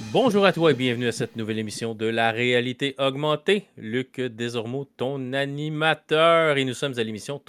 Bonjour à toi et bienvenue à cette nouvelle émission de la réalité augmentée. Luc Desormeaux, ton animateur, et nous sommes à l'émission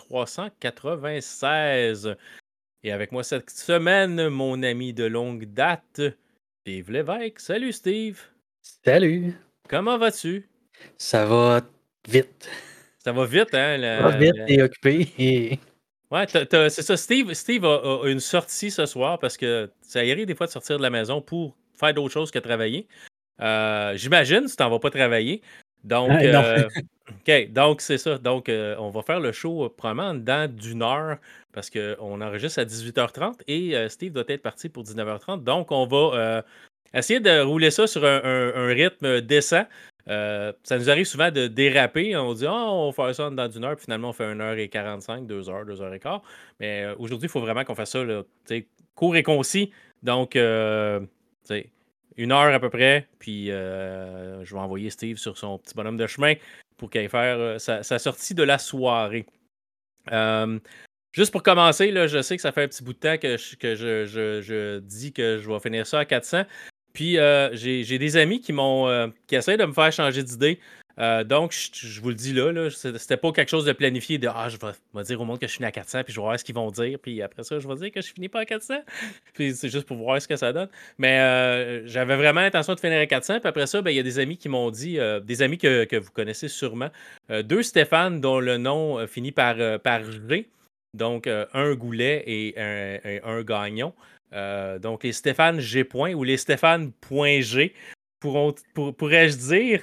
396. Et avec moi cette semaine, mon ami de longue date, Steve Lévesque. Salut Steve, Salut, comment vas-tu? ça va vite. Ça va vite, hein? Ça va vite et occupé Ouais, c'est ça. Steve a une sortie ce soir parce que ça y arrive des fois de sortir de la maison pour faire d'autres choses que travailler. J'imagine si tu n'en vas pas travailler. Donc, Non. OK, donc c'est ça. Donc, on va faire le show probablement dans d'une heure parce qu'on enregistre à 18h30 et Steve doit être parti pour 19h30. Donc, on va essayer de rouler ça sur un rythme décent. Ça nous arrive souvent de déraper. On dit, on va faire ça dans d'une heure, puis finalement, on fait 1h45, 2h, 2h15. Mais aujourd'hui, il faut vraiment qu'on fasse ça là, court et concis. Donc, tu sais, 1 heure à peu près, puis je vais envoyer Steve sur son petit bonhomme de chemin pour qu'il aille faire sa sortie de la soirée. Juste pour commencer, là, je sais que ça fait un petit bout de temps que je dis que je vais finir ça à 400. Puis j'ai des amis qui essaient de me faire changer d'idée. Donc, je vous le dis là, c'était pas quelque chose de planifié de je vais dire au monde que je finis à 400, puis je vais voir ce qu'ils vont dire. Puis après ça, je vais dire que je finis pas à 400. Puis c'est juste pour voir ce que ça donne. Mais j'avais vraiment l'intention de finir à 400. Puis après ça, ben, il y a des amis qui m'ont dit, des amis que vous connaissez sûrement, deux Stéphane dont le nom finit par G. Donc, un Goulet et un Gagnon. Donc, les Stéphane G. ou les Stéphane.G, pourrais-je dire,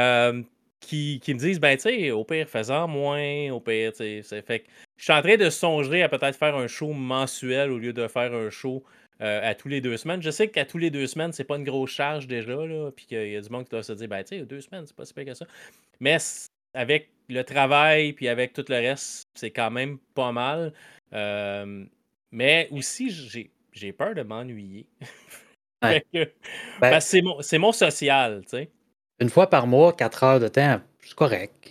qui me disent, ben, tu sais, au pire, fais-en moins, au pire, tu sais. Fait que je suis en train de songer à peut-être faire un show mensuel au lieu de faire un show à tous les 2 semaines. Je sais qu'à tous les 2 semaines, c'est pas une grosse charge déjà, là, puis qu'il y a du monde qui doit se dire, ben, tu sais, 2 semaines, c'est pas si pire que ça. Mais avec le travail puis avec tout le reste, c'est quand même pas mal. Euh, mais aussi, j'ai peur de m'ennuyer. Ouais. Fait que- Ben, parce que c'est mon social, tu sais. une fois par mois, 4 heures de temps, c'est correct.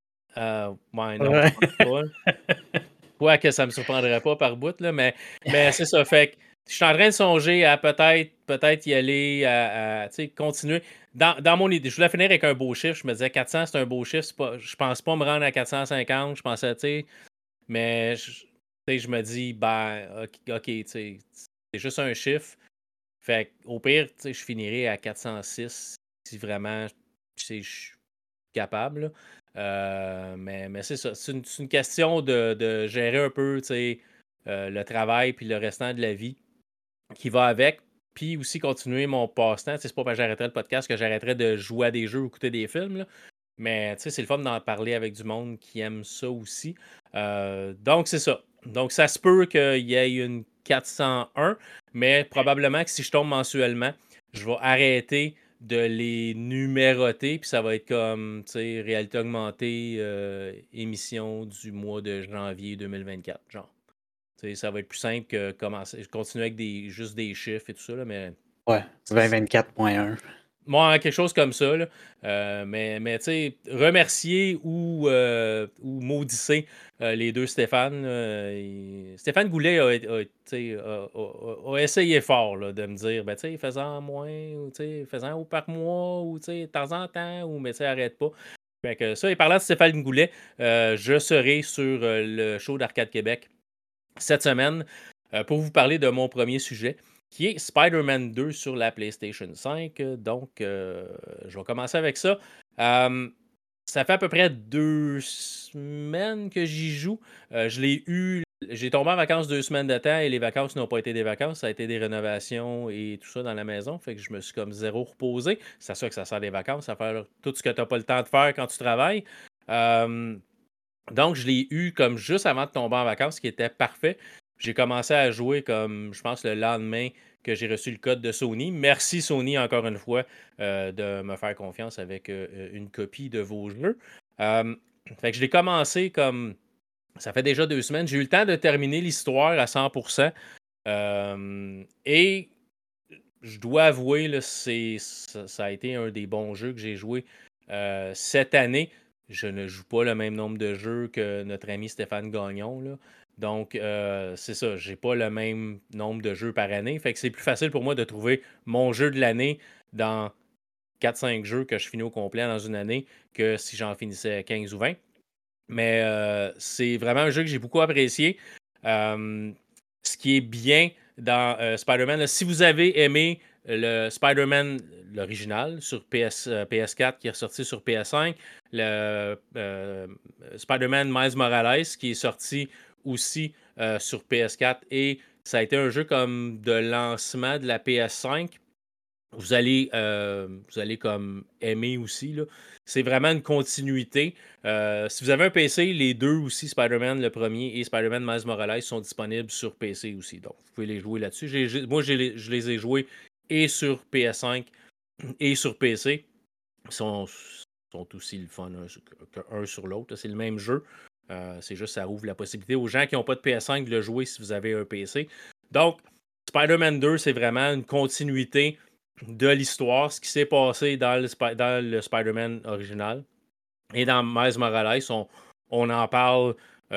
Ouais, non, je Ouais. pense pas. Quoique ça me surprendrait pas par bout, là, mais c'est ça. Fait que je suis en train de songer à peut-être y aller, tu sais, continuer. Dans mon idée, je voulais finir avec un beau chiffre. Je me disais 400, c'est un beau chiffre. Je pense pas me rendre à 450. Je pensais, tu sais, mais tu sais, je me dis, ben, OK, tu sais, c'est juste un chiffre. Fait au pire, tu sais, je finirai à 406 si vraiment, tu sais, je suis capable, là. Mais c'est ça. C'est une question de gérer un peu, tu sais, le travail puis le restant de la vie qui va avec. Puis aussi continuer mon passe-temps. Tu sais, c'est pas parce que j'arrêterais le podcast que j'arrêterais de jouer à des jeux ou écouter des films, là. Mais tu sais, c'est le fun d'en parler avec du monde qui aime ça aussi. Donc, c'est ça. Donc, ça se peut qu'il y ait une 401, mais probablement que si je tombe mensuellement, je vais arrêter de les numéroter, puis ça va être comme, tu sais, réalité augmentée, émission du mois de janvier 2024, genre. Tu sais, ça va être plus simple que commencer, continuer avec juste des chiffres et tout ça, là, mais Ouais, 2024.1. moi, quelque chose comme ça, là. Mais tu sais, remercier ou maudisser les deux Stéphane. Stéphane Goulet tu sais, a essayé fort là, de me dire, ben, tu sais, fais-en moins, ou tu sais, fais-en par mois, ou tu sais, de temps en temps, ou mais tu sais, arrête pas. Fait que ça, et parlant de Stéphane Goulet, je serai sur le show d'Arcade Québec cette semaine pour vous parler de mon premier sujet, qui est Spider-Man 2 sur la PlayStation 5. Donc, je vais commencer avec ça. Euh, Ça fait à peu près 2 semaines que j'y joue. Je l'ai eu. J'ai tombé en vacances 2 semaines de temps et les vacances n'ont pas été des vacances, ça a été des rénovations et tout ça dans la maison. Fait que je me suis comme zéro reposé. C'est sûr que ça sert des vacances, à faire tout ce que tu n'as pas le temps de faire quand tu travailles. Euh, donc, je l'ai eu comme juste avant de tomber en vacances, ce qui était parfait. J'ai commencé à jouer comme, je pense, le lendemain que j'ai reçu le code de Sony. Merci Sony, encore une fois, de me faire confiance avec une copie de vos jeux. Euh, Fait que je l'ai commencé comme, ça fait déjà 2 semaines. J'ai eu le temps de terminer l'histoire à 100%. Et je dois avouer, là, ça a été un des bons jeux que j'ai joué cette année. Je ne joue pas le même nombre de jeux que notre ami Stéphane Gagnon, là, Donc, c'est ça, j'ai pas le même nombre de jeux par année. Fait que c'est plus facile pour moi de trouver mon jeu de l'année dans 4-5 jeux que je finis au complet dans une année que si j'en finissais 15 ou 20. Mais c'est vraiment un jeu que j'ai beaucoup apprécié. Ce qui est bien dans Spider-Man, si vous avez aimé le Spider-Man, l'original, sur PS4 qui est ressorti sur PS5, le Spider-Man Miles Morales qui est sorti aussi sur PS4 et ça a été un jeu comme de lancement de la PS5. Vous allez comme aimer aussi, là. C'est vraiment une continuité. Si vous avez un PC, les deux aussi, Spider-Man le premier et Spider-Man Miles Morales, sont disponibles sur PC aussi. Donc, vous pouvez les jouer là-dessus. Moi, je les ai joués et sur PS5 et sur PC. Ils sont aussi le fun qu'un sur l'autre. C'est le même jeu. C'est juste ça ouvre la possibilité aux gens qui n'ont pas de PS5 de le jouer si vous avez un PC. Donc, Spider-Man 2, c'est vraiment une continuité de l'histoire, ce qui s'est passé dans le Spider-Man original. Et dans Miles Morales, on en parle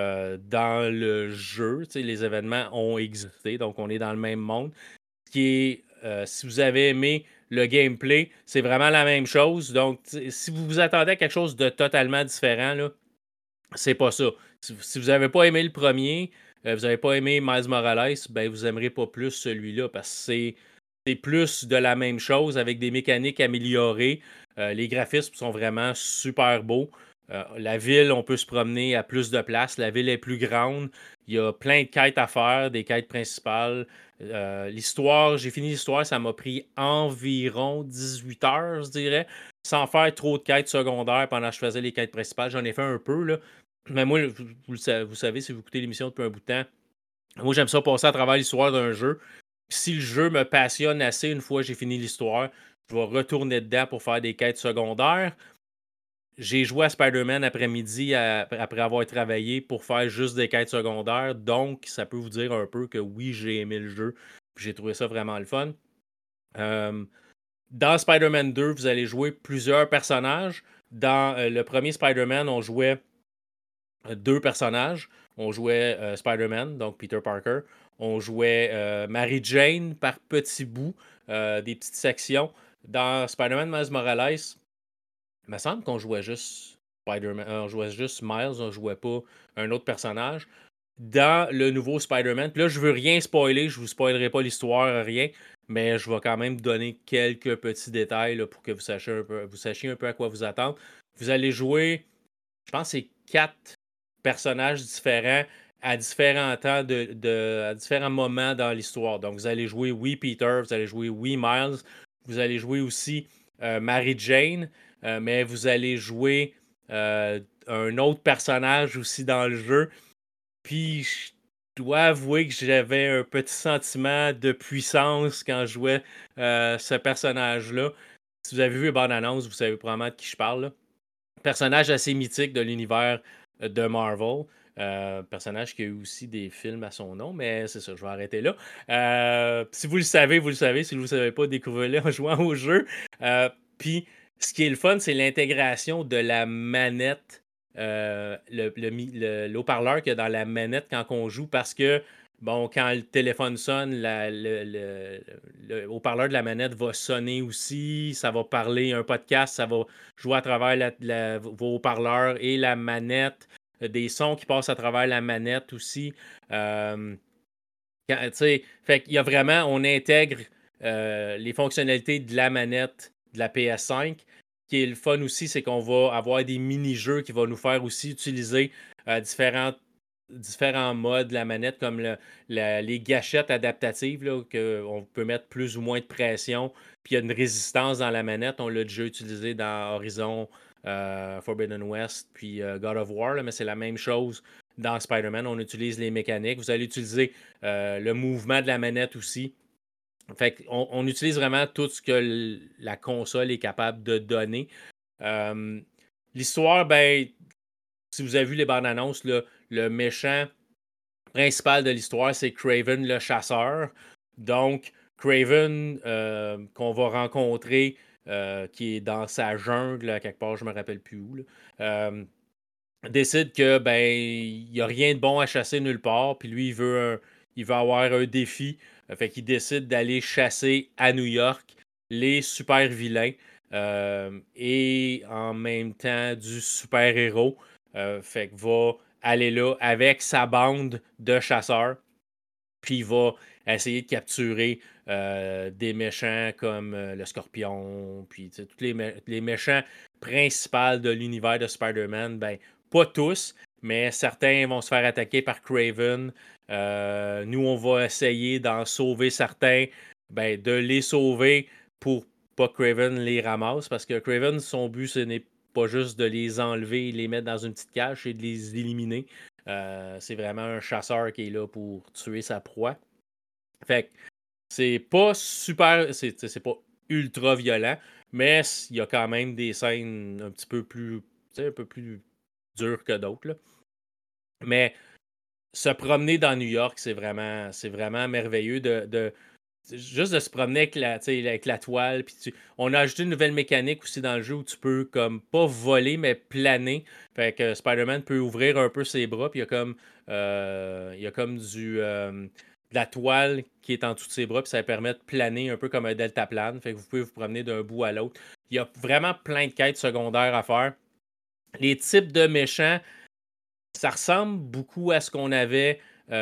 dans le jeu. Tu sais, les événements ont existé, donc on est dans le même monde. Qui est, si vous avez aimé le gameplay, c'est vraiment la même chose. Donc, si vous vous attendez à quelque chose de totalement différent, là, c'est pas ça. Si vous n'avez pas aimé le premier, vous n'avez pas aimé Miles Morales, ben vous n'aimerez pas plus celui-là parce que c'est plus de la même chose avec des mécaniques améliorées. Les graphismes sont vraiment super beaux. La ville, on peut se promener à plus de places. La ville est plus grande. Il y a plein de quêtes à faire, des quêtes principales. L'histoire, j'ai fini l'histoire, ça m'a pris environ 18 heures, je dirais, sans faire trop de quêtes secondaires pendant que je faisais les quêtes principales. J'en ai fait un peu, là. Mais moi, vous savez, si vous écoutez l'émission depuis un bout de temps, moi, j'aime ça passer à travers l'histoire d'un jeu. Puis si le jeu me passionne assez une fois que j'ai fini l'histoire, je vais retourner dedans pour faire des quêtes secondaires. J'ai joué à Spider-Man après-midi après avoir travaillé pour faire juste des quêtes secondaires. Donc, ça peut vous dire un peu que oui, j'ai aimé le jeu. Puis j'ai trouvé ça vraiment le fun. Euh, dans Spider-Man 2, vous allez jouer plusieurs personnages. Dans le premier Spider-Man, on jouait deux personnages. On jouait Spider-Man, donc Peter Parker. On jouait Mary Jane par petits bouts, des petites sections. Dans Spider-Man Miles Morales, il me semble qu'on jouait juste Spider-Man, on jouait juste Miles, on jouait pas un autre personnage. Dans le nouveau Spider-Man, puis là, je veux rien spoiler, je vous spoilerai pas l'histoire, rien, mais je vais quand même donner quelques petits détails là, pour que vous sachiez un peu à quoi vous attendre. Vous allez jouer, je pense que c'est quatre personnages différents à différents temps, à différents moments dans l'histoire. Donc, vous allez jouer oui Peter, vous allez jouer oui Miles, vous allez jouer aussi Mary Jane, mais vous allez jouer un autre personnage aussi dans le jeu. Puis, je dois avouer que j'avais un petit sentiment de puissance quand je jouais ce personnage-là. Si vous avez vu les bandes annonces, vous savez probablement de qui je parle, là. Personnage assez mythique de l'univers de Marvel. Personnage qui a eu aussi des films à son nom, mais c'est ça, je vais arrêter là. Si vous le savez, vous le savez. Si vous ne le savez pas, découvrez-le en jouant au jeu. Puis, ce qui est le fun, c'est l'intégration de la manette, le haut-parleur qu'il y a dans la manette quand on joue, parce que, bon, quand le téléphone sonne, le haut-parleur de la manette va sonner aussi, ça va parler un podcast, ça va jouer à travers vos haut-parleurs et la manette, des sons qui passent à travers la manette aussi. Fait qu'il y a vraiment, on intègre les fonctionnalités de la manette de la PS5. Ce qui est le fun aussi, c'est qu'on va avoir des mini-jeux qui vont nous faire aussi utiliser différents modes de la manette, comme les gâchettes adaptatives, là, qu'on peut mettre plus ou moins de pression. Puis il y a une résistance dans la manette. On l'a déjà utilisé dans Horizon Forbidden West, puis God of War, là, mais c'est la même chose dans Spider-Man. On utilise les mécaniques. Vous allez utiliser le mouvement de la manette aussi. Fait on utilise vraiment tout ce que la console est capable de donner. Euh, L'histoire, ben, si vous avez vu les bandes annonces, le méchant principal de l'histoire, c'est Craven le chasseur. Donc, Craven, qu'on va rencontrer, qui est dans sa jungle, à quelque part, je ne me rappelle plus où, là. décide que ben il n'y a rien de bon à chasser nulle part, puis lui il veut avoir un défi. Fait qu'il décide d'aller chasser à New York les super vilains et en même temps du super héros. Fait qu'il va aller là avec sa bande de chasseurs. Puis il va essayer de capturer des méchants comme le Scorpion, puis tous les méchants principaux de l'univers de Spider-Man. Ben, pas tous, mais certains vont se faire attaquer par Craven. Nous, on va essayer d'en sauver certains, ben, de les sauver pour pas que Craven les ramasse, parce que Craven, son but, ce n'est pas juste de les enlever et les mettre dans une petite cage, c'est de les éliminer. C'est vraiment un chasseur qui est là pour tuer sa proie. Fait que c'est pas super, c'est pas ultra violent, mais il y a quand même des scènes un petit peu plus, un peu plus dures que d'autres, là. Mais se promener dans New York, c'est vraiment merveilleux juste de se promener avec avec la toile. On a ajouté une nouvelle mécanique aussi dans le jeu où tu peux comme pas voler, mais planer. Fait que Spider-Man peut ouvrir un peu ses bras, puis il y a comme de la toile qui est en dessous de ses bras, puis ça permet de planer un peu comme un deltaplane. Fait que vous pouvez vous promener d'un bout à l'autre. Il y a vraiment plein de quêtes secondaires à faire. Les types de méchants, ça ressemble beaucoup à ce qu'on avait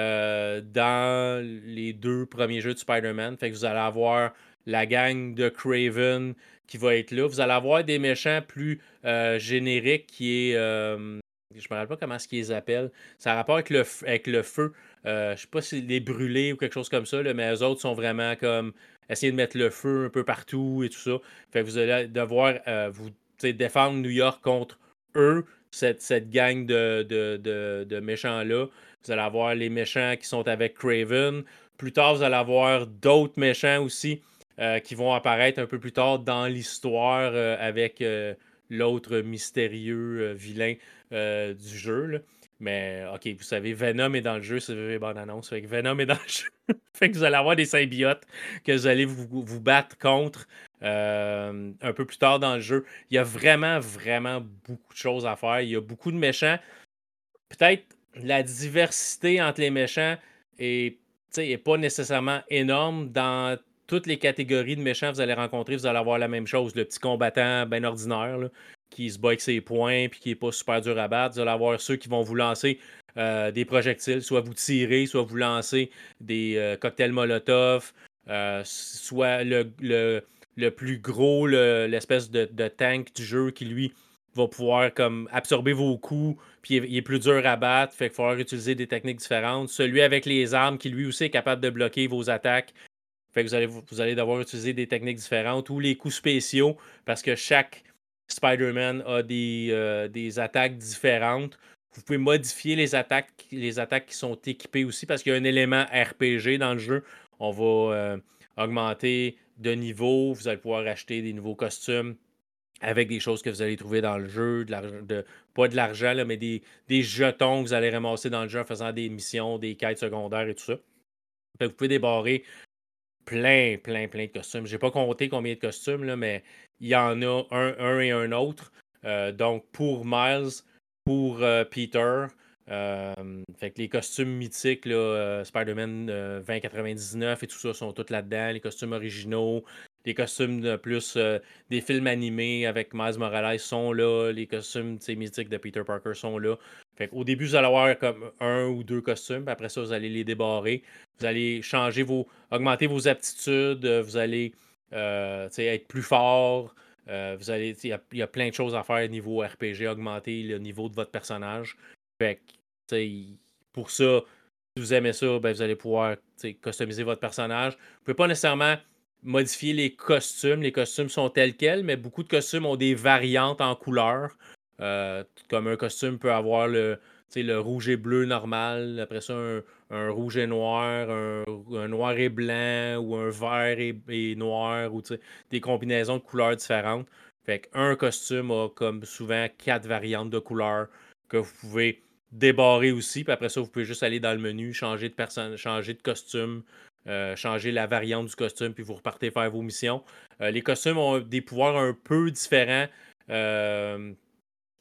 dans les deux premiers jeux de Spider-Man. Fait que vous allez avoir la gang de Craven qui va être là. Vous allez avoir des méchants plus génériques qui est. Je me rappelle pas comment ce qu'ils les appellent. Ça a rapport avec avec le feu. Je sais pas si les brûlés ou quelque chose comme ça, là, mais eux autres sont vraiment comme essayer de mettre le feu un peu partout et tout ça. Fait que vous allez devoir vous défendre New York contre eux, cette gang de méchants-là. Vous allez avoir les méchants qui sont avec Craven. Plus tard, vous allez avoir d'autres méchants aussi qui vont apparaître un peu plus tard dans l'histoire avec l'autre mystérieux vilain du jeu, là. Mais OK, vous savez, Venom est dans le jeu, c'est une bonne annonce. Fait que Venom est dans le jeu. Fait que vous allez avoir des symbiotes que vous allez vous battre contre un peu plus tard dans le jeu. Il y a vraiment, vraiment beaucoup de choses à faire. Il y a beaucoup de méchants. Peut-être la diversité entre les méchants est pas nécessairement énorme. Dans toutes les catégories de méchants que vous allez rencontrer, vous allez avoir la même chose. Le petit combattant bien ordinaire là, qui se bat avec ses poings et qui n'est pas super dur à battre. Vous allez avoir ceux qui vont vous lancer des projectiles, soit vous tirer, soit vous lancer des cocktails Molotov, soit le plus gros, l'espèce de tank du jeu qui, lui, va pouvoir comme absorber vos coups, puis il est plus dur à battre, fait qu'il va falloir utiliser des techniques différentes. Celui avec les armes, qui lui aussi est capable de bloquer vos attaques, fait que vous allez devoir utiliser des techniques différentes, ou les coups spéciaux, parce que chaque Spider-Man a des attaques différentes. Vous pouvez modifier les attaques qui sont équipées aussi, parce qu'il y a un élément RPG dans le jeu. On va augmenter de niveau, vous allez pouvoir acheter des nouveaux costumes avec des choses que vous allez trouver dans le jeu, pas de l'argent, là, mais des jetons que vous allez ramasser dans le jeu en faisant des missions, des quêtes secondaires et tout ça. Fait que vous pouvez débarrer plein de costumes. J'ai pas compté combien de costumes, là, mais il y en a un et un autre. Donc, pour Miles, pour Peter, fait que les costumes mythiques, là, Spider-Man 2099 et tout ça sont tous là-dedans. Les costumes originaux, les costumes de plus des films animés avec Miles Morales sont là. Les costumes mythiques de Peter Parker sont là. Fait qu'au début, vous allez avoir comme un ou deux costumes, puis après ça, vous allez les débarrer. Vous allez augmenter vos aptitudes, vous allez être plus fort. Il y a plein de choses à faire niveau RPG, augmenter le niveau de votre personnage. Fait que, pour ça, si vous aimez ça, ben, vous allez pouvoir customiser votre personnage. Vous ne pouvez pas nécessairement modifier les costumes. Les costumes sont tels quels, mais beaucoup de costumes ont des variantes en couleurs. Comme un costume peut avoir le rouge et bleu normal, après ça, un rouge et noir, un noir et blanc, ou un vert et noir, ou des combinaisons de couleurs différentes. Fait qu'un costume a comme souvent 4 variantes de couleurs que vous pouvez débarrer aussi. Puis après ça, vous pouvez juste aller dans le menu, changer de personne, changer de costume, changer la variante du costume, puis vous repartez faire vos missions. Les costumes ont des pouvoirs un peu différents.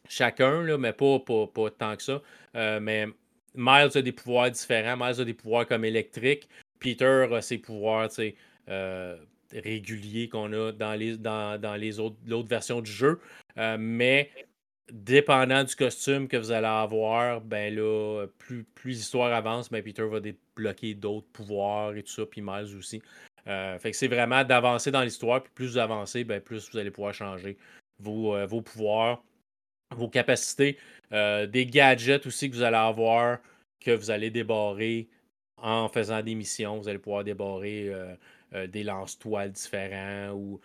chacun, là, mais pas tant que ça. Mais Miles a des pouvoirs différents. Miles a des pouvoirs comme électrique. Peter a ses pouvoirs, tu sais, euh, réguliers qu'on a dans les l'autre version du jeu. Mais dépendant du costume que vous allez avoir, ben là, plus l'histoire avance, ben Peter va débloquer d'autres pouvoirs et tout ça, puis Miles aussi. Fait que c'est vraiment d'avancer dans l'histoire, puis plus vous avancez, ben plus vous allez pouvoir changer vos pouvoirs, vos capacités, des gadgets aussi que vous allez avoir, que vous allez débarrer en faisant des missions. Vous allez pouvoir débarrer des lance-toiles différents ou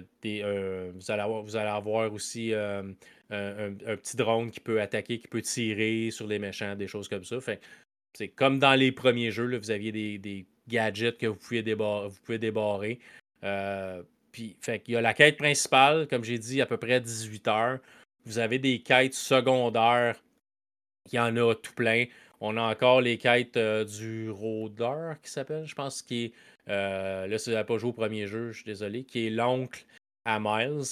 vous allez avoir aussi un petit drone qui peut attaquer, qui peut tirer sur les méchants, des choses comme ça. Fait que c'est comme dans les premiers jeux, là, vous aviez des gadgets que vous pouvez débarrer. Puis, fait qu'il y a la quête principale, comme j'ai dit, à peu près 18 heures. Vous avez des quêtes secondaires, il y en a tout plein. On a encore les quêtes du rôdeur qui s'appelle, je pense, qui est. Là, si vous n'avez pas joué au premier jeu, je suis désolé, qui est l'oncle à Miles.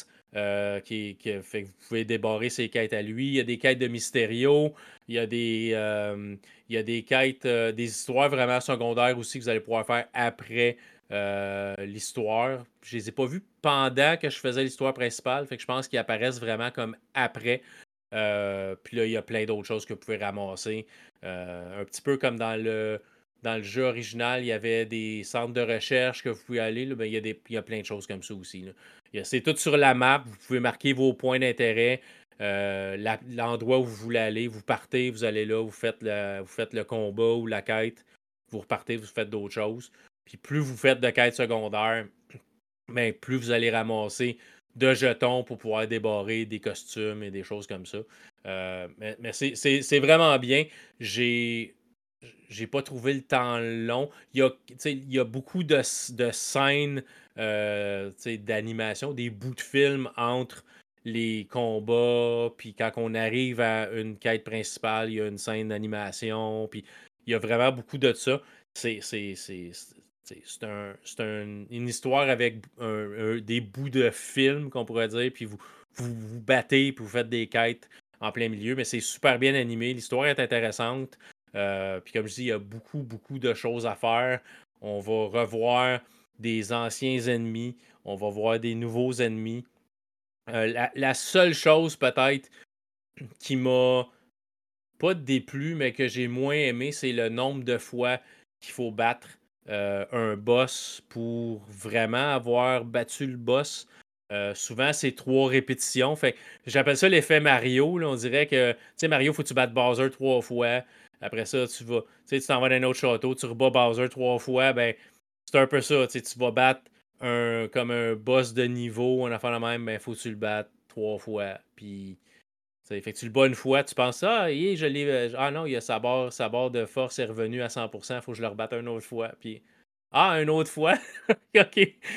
Fait que vous pouvez débarrer ses quêtes à lui. Il y a des quêtes de Mysterio. Il y a il y a des quêtes, des histoires vraiment secondaires aussi que vous allez pouvoir faire après l'histoire. Je les ai pas vues pendant que je faisais l'histoire principale. Fait que je pense qu'ils apparaissent vraiment comme après. Puis là, il y a plein d'autres choses que vous pouvez ramasser. Un petit peu comme dans le jeu original, il y avait des centres de recherche que vous pouvez aller. Là, ben, il y a plein de choses comme ça aussi. Là. C'est tout sur la map. Vous pouvez marquer vos points d'intérêt, l'endroit où vous voulez aller. Vous partez, vous allez là, vous faites le combat ou la quête. Vous repartez, vous faites d'autres choses. Puis plus vous faites de quêtes secondaires, ben, plus vous allez ramasser de jetons pour pouvoir débarrer des costumes et des choses comme ça. Mais c'est vraiment bien. J'ai j'ai pas trouvé le temps long. Il y a beaucoup de scènes d'animation, des bouts de film entre les combats, puis quand on arrive à une quête principale, il y a une scène d'animation, puis il y a vraiment beaucoup de ça. Une histoire avec des bouts de film, qu'on pourrait dire, puis vous battez, puis vous faites des quêtes en plein milieu, mais c'est super bien animé. L'histoire est intéressante. Puis comme je dis, il y a beaucoup de choses à faire. On va revoir des anciens ennemis. On va voir des nouveaux ennemis. La seule chose peut-être qui m'a pas déplu, mais que j'ai moins aimé, c'est le nombre de fois qu'il faut battre un boss pour vraiment avoir battu le boss. Souvent, c'est 3 répétitions. Fait que j'appelle ça l'effet Mario. Là. On dirait que, tu sais, Mario, faut que tu battes Bowser 3 fois. Après ça, tu t'en vas dans un autre château, tu rebats Bowser 3 fois. Ben, c'est un peu ça. Tu vas battre comme un boss de niveau, un affaire de même, ben, faut que tu le battes 3 fois. Puis fait que tu le bats une fois, tu penses, ah, je l'ai. Ah non, il y a sa barre de force est revenue à 100%, il faut que je le rebatte une autre fois. Puis, ah, une autre fois. OK.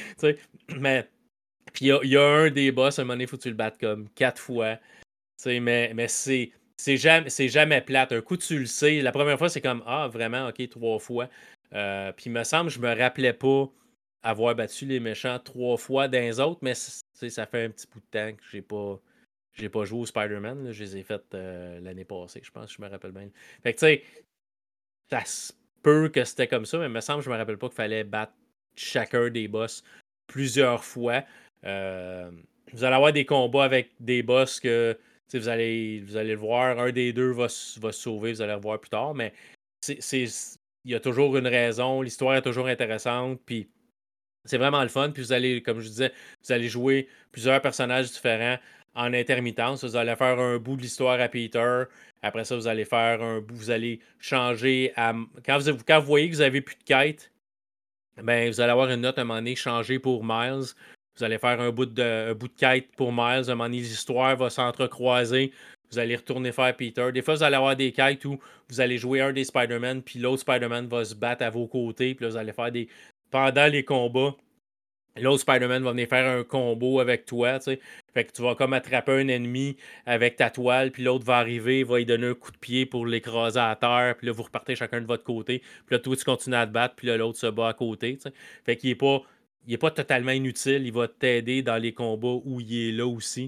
Mais, puis il y a un des boss, à un moment donné, il faut que tu le battes comme 4 fois. Mais c'est jamais plate. Un coup, tu le sais. La première fois, c'est comme, ah, vraiment, OK, 3 fois. Puis, il me semble, je me rappelais pas avoir battu les méchants 3 fois dans les autres, mais ça fait un petit bout de temps que j'ai pas joué au Spider-Man. Là. Je les ai faites l'année passée, je pense, je me rappelle bien. Fait que, tu sais, ça se peut que c'était comme ça, mais il me semble, je me rappelle pas qu'il fallait battre chacun des boss plusieurs fois. Euh, Vous allez avoir des combats avec des boss que vous allez le voir, un des deux va se sauver, vous allez le voir plus tard, mais il y a toujours une raison, l'histoire est toujours intéressante, puis c'est vraiment le fun. Puis vous allez, comme je disais, vous allez jouer plusieurs personnages différents en intermittence. Vous allez faire un bout de l'histoire à Peter. Après ça, vous allez faire un bout, vous allez changer à. Quand vous voyez que vous n'avez plus de quête, ben, vous allez avoir une note à un moment donné changée pour Miles. Vous allez faire un bout de quête pour Miles. À un moment donné, l'histoire va s'entrecroiser. Vous allez retourner faire Peter. Des fois, vous allez avoir des quêtes où vous allez jouer un des Spider-Man, puis l'autre Spider-Man va se battre à vos côtés. Puis là, vous allez faire des. Pendant les combats, l'autre Spider-Man va venir faire un combo avec toi, tu sais. Fait que tu vas comme attraper un ennemi avec ta toile, puis l'autre va arriver, va lui donner un coup de pied pour l'écraser à terre, puis là, vous repartez chacun de votre côté. Puis là, toi, tu continues à te battre, puis là, l'autre se bat à côté, tu sais. Fait qu'il est pas totalement inutile, il va t'aider dans les combats où il est là aussi.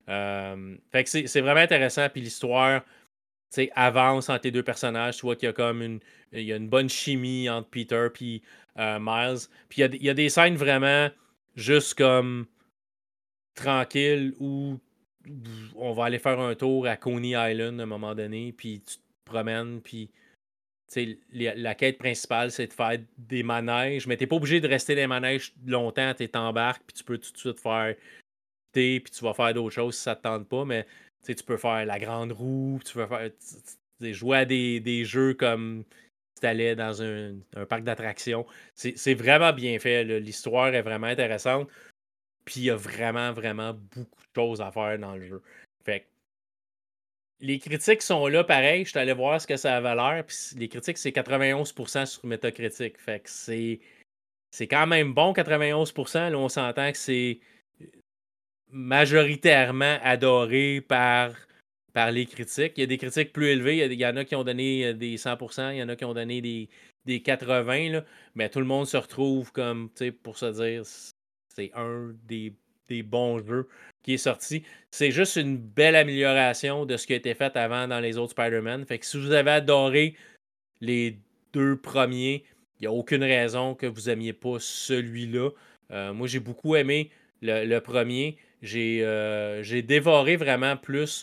Fait que c'est vraiment intéressant. Puis l'histoire avance entre les deux personnages. Tu vois qu'il y a il y a une bonne chimie entre Peter et Miles. Puis il y a des scènes vraiment juste comme tranquilles où on va aller faire un tour à Coney Island à un moment donné. Puis tu te promènes. Puis la quête principale, c'est de faire des manèges. Mais t'es pas obligé de rester dans les manèges longtemps. Tu t'embarques. Puis tu peux tout de suite faire puis tu vas faire d'autres choses si ça te tente pas, mais tu peux faire la grande roue, tu peux faire jouer à des jeux comme si tu allais dans un parc d'attractions. C'est vraiment bien fait. Là. L'histoire est vraiment intéressante. Puis il y a vraiment, vraiment beaucoup de choses à faire dans le jeu. Fait que les critiques sont là pareil. Je suis allé voir ce que ça avait l'air. Puis les critiques, c'est 91% sur Metacritic. Fait que c'est quand même bon, 91%. Là, on s'entend que c'est majoritairement adoré par les critiques. Il y a des critiques plus élevées. Il y en a qui ont donné des 100%, il y en a qui ont donné des 80%. Là, mais tout le monde se retrouve comme, pour se dire, c'est un des bons jeux qui est sorti. C'est juste une belle amélioration de ce qui a été fait avant dans les autres Spider-Man. Fait que si vous avez adoré les deux premiers, il n'y a aucune raison que vous n'aimiez pas celui-là. Moi, j'ai beaucoup aimé le premier. J'ai dévoré vraiment plus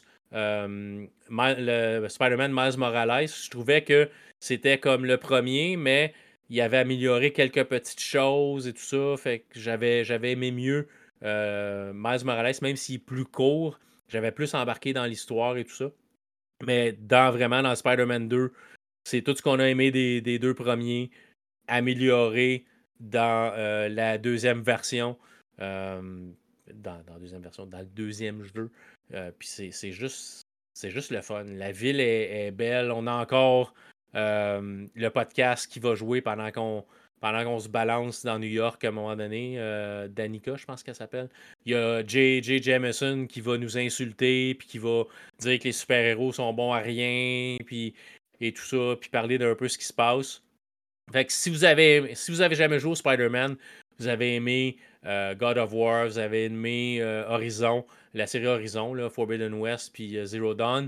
le Spider-Man Miles Morales. Je trouvais que c'était comme le premier, mais il avait amélioré quelques petites choses et tout ça. Fait que j'avais aimé mieux Miles Morales, même s'il est plus court. J'avais plus embarqué dans l'histoire et tout ça. Mais vraiment dans Spider-Man 2, c'est tout ce qu'on a aimé des deux premiers, amélioré dans la deuxième version. Dans la deuxième version, dans le deuxième jeu. Puis c'est juste le fun. La ville est belle. On a encore le podcast qui va jouer pendant qu'on se balance dans New York à un moment donné. Danica, je pense qu'elle s'appelle. Il y a J.J. Jameson qui va nous insulter, puis qui va dire que les super-héros sont bons à rien, puis et tout ça, puis parler d'un peu ce qui se passe. Fait que si vous avez jamais joué au Spider-Man, vous avez aimé God of War, vous avez aimé Horizon, la série Horizon, là, Forbidden West, puis Zero Dawn,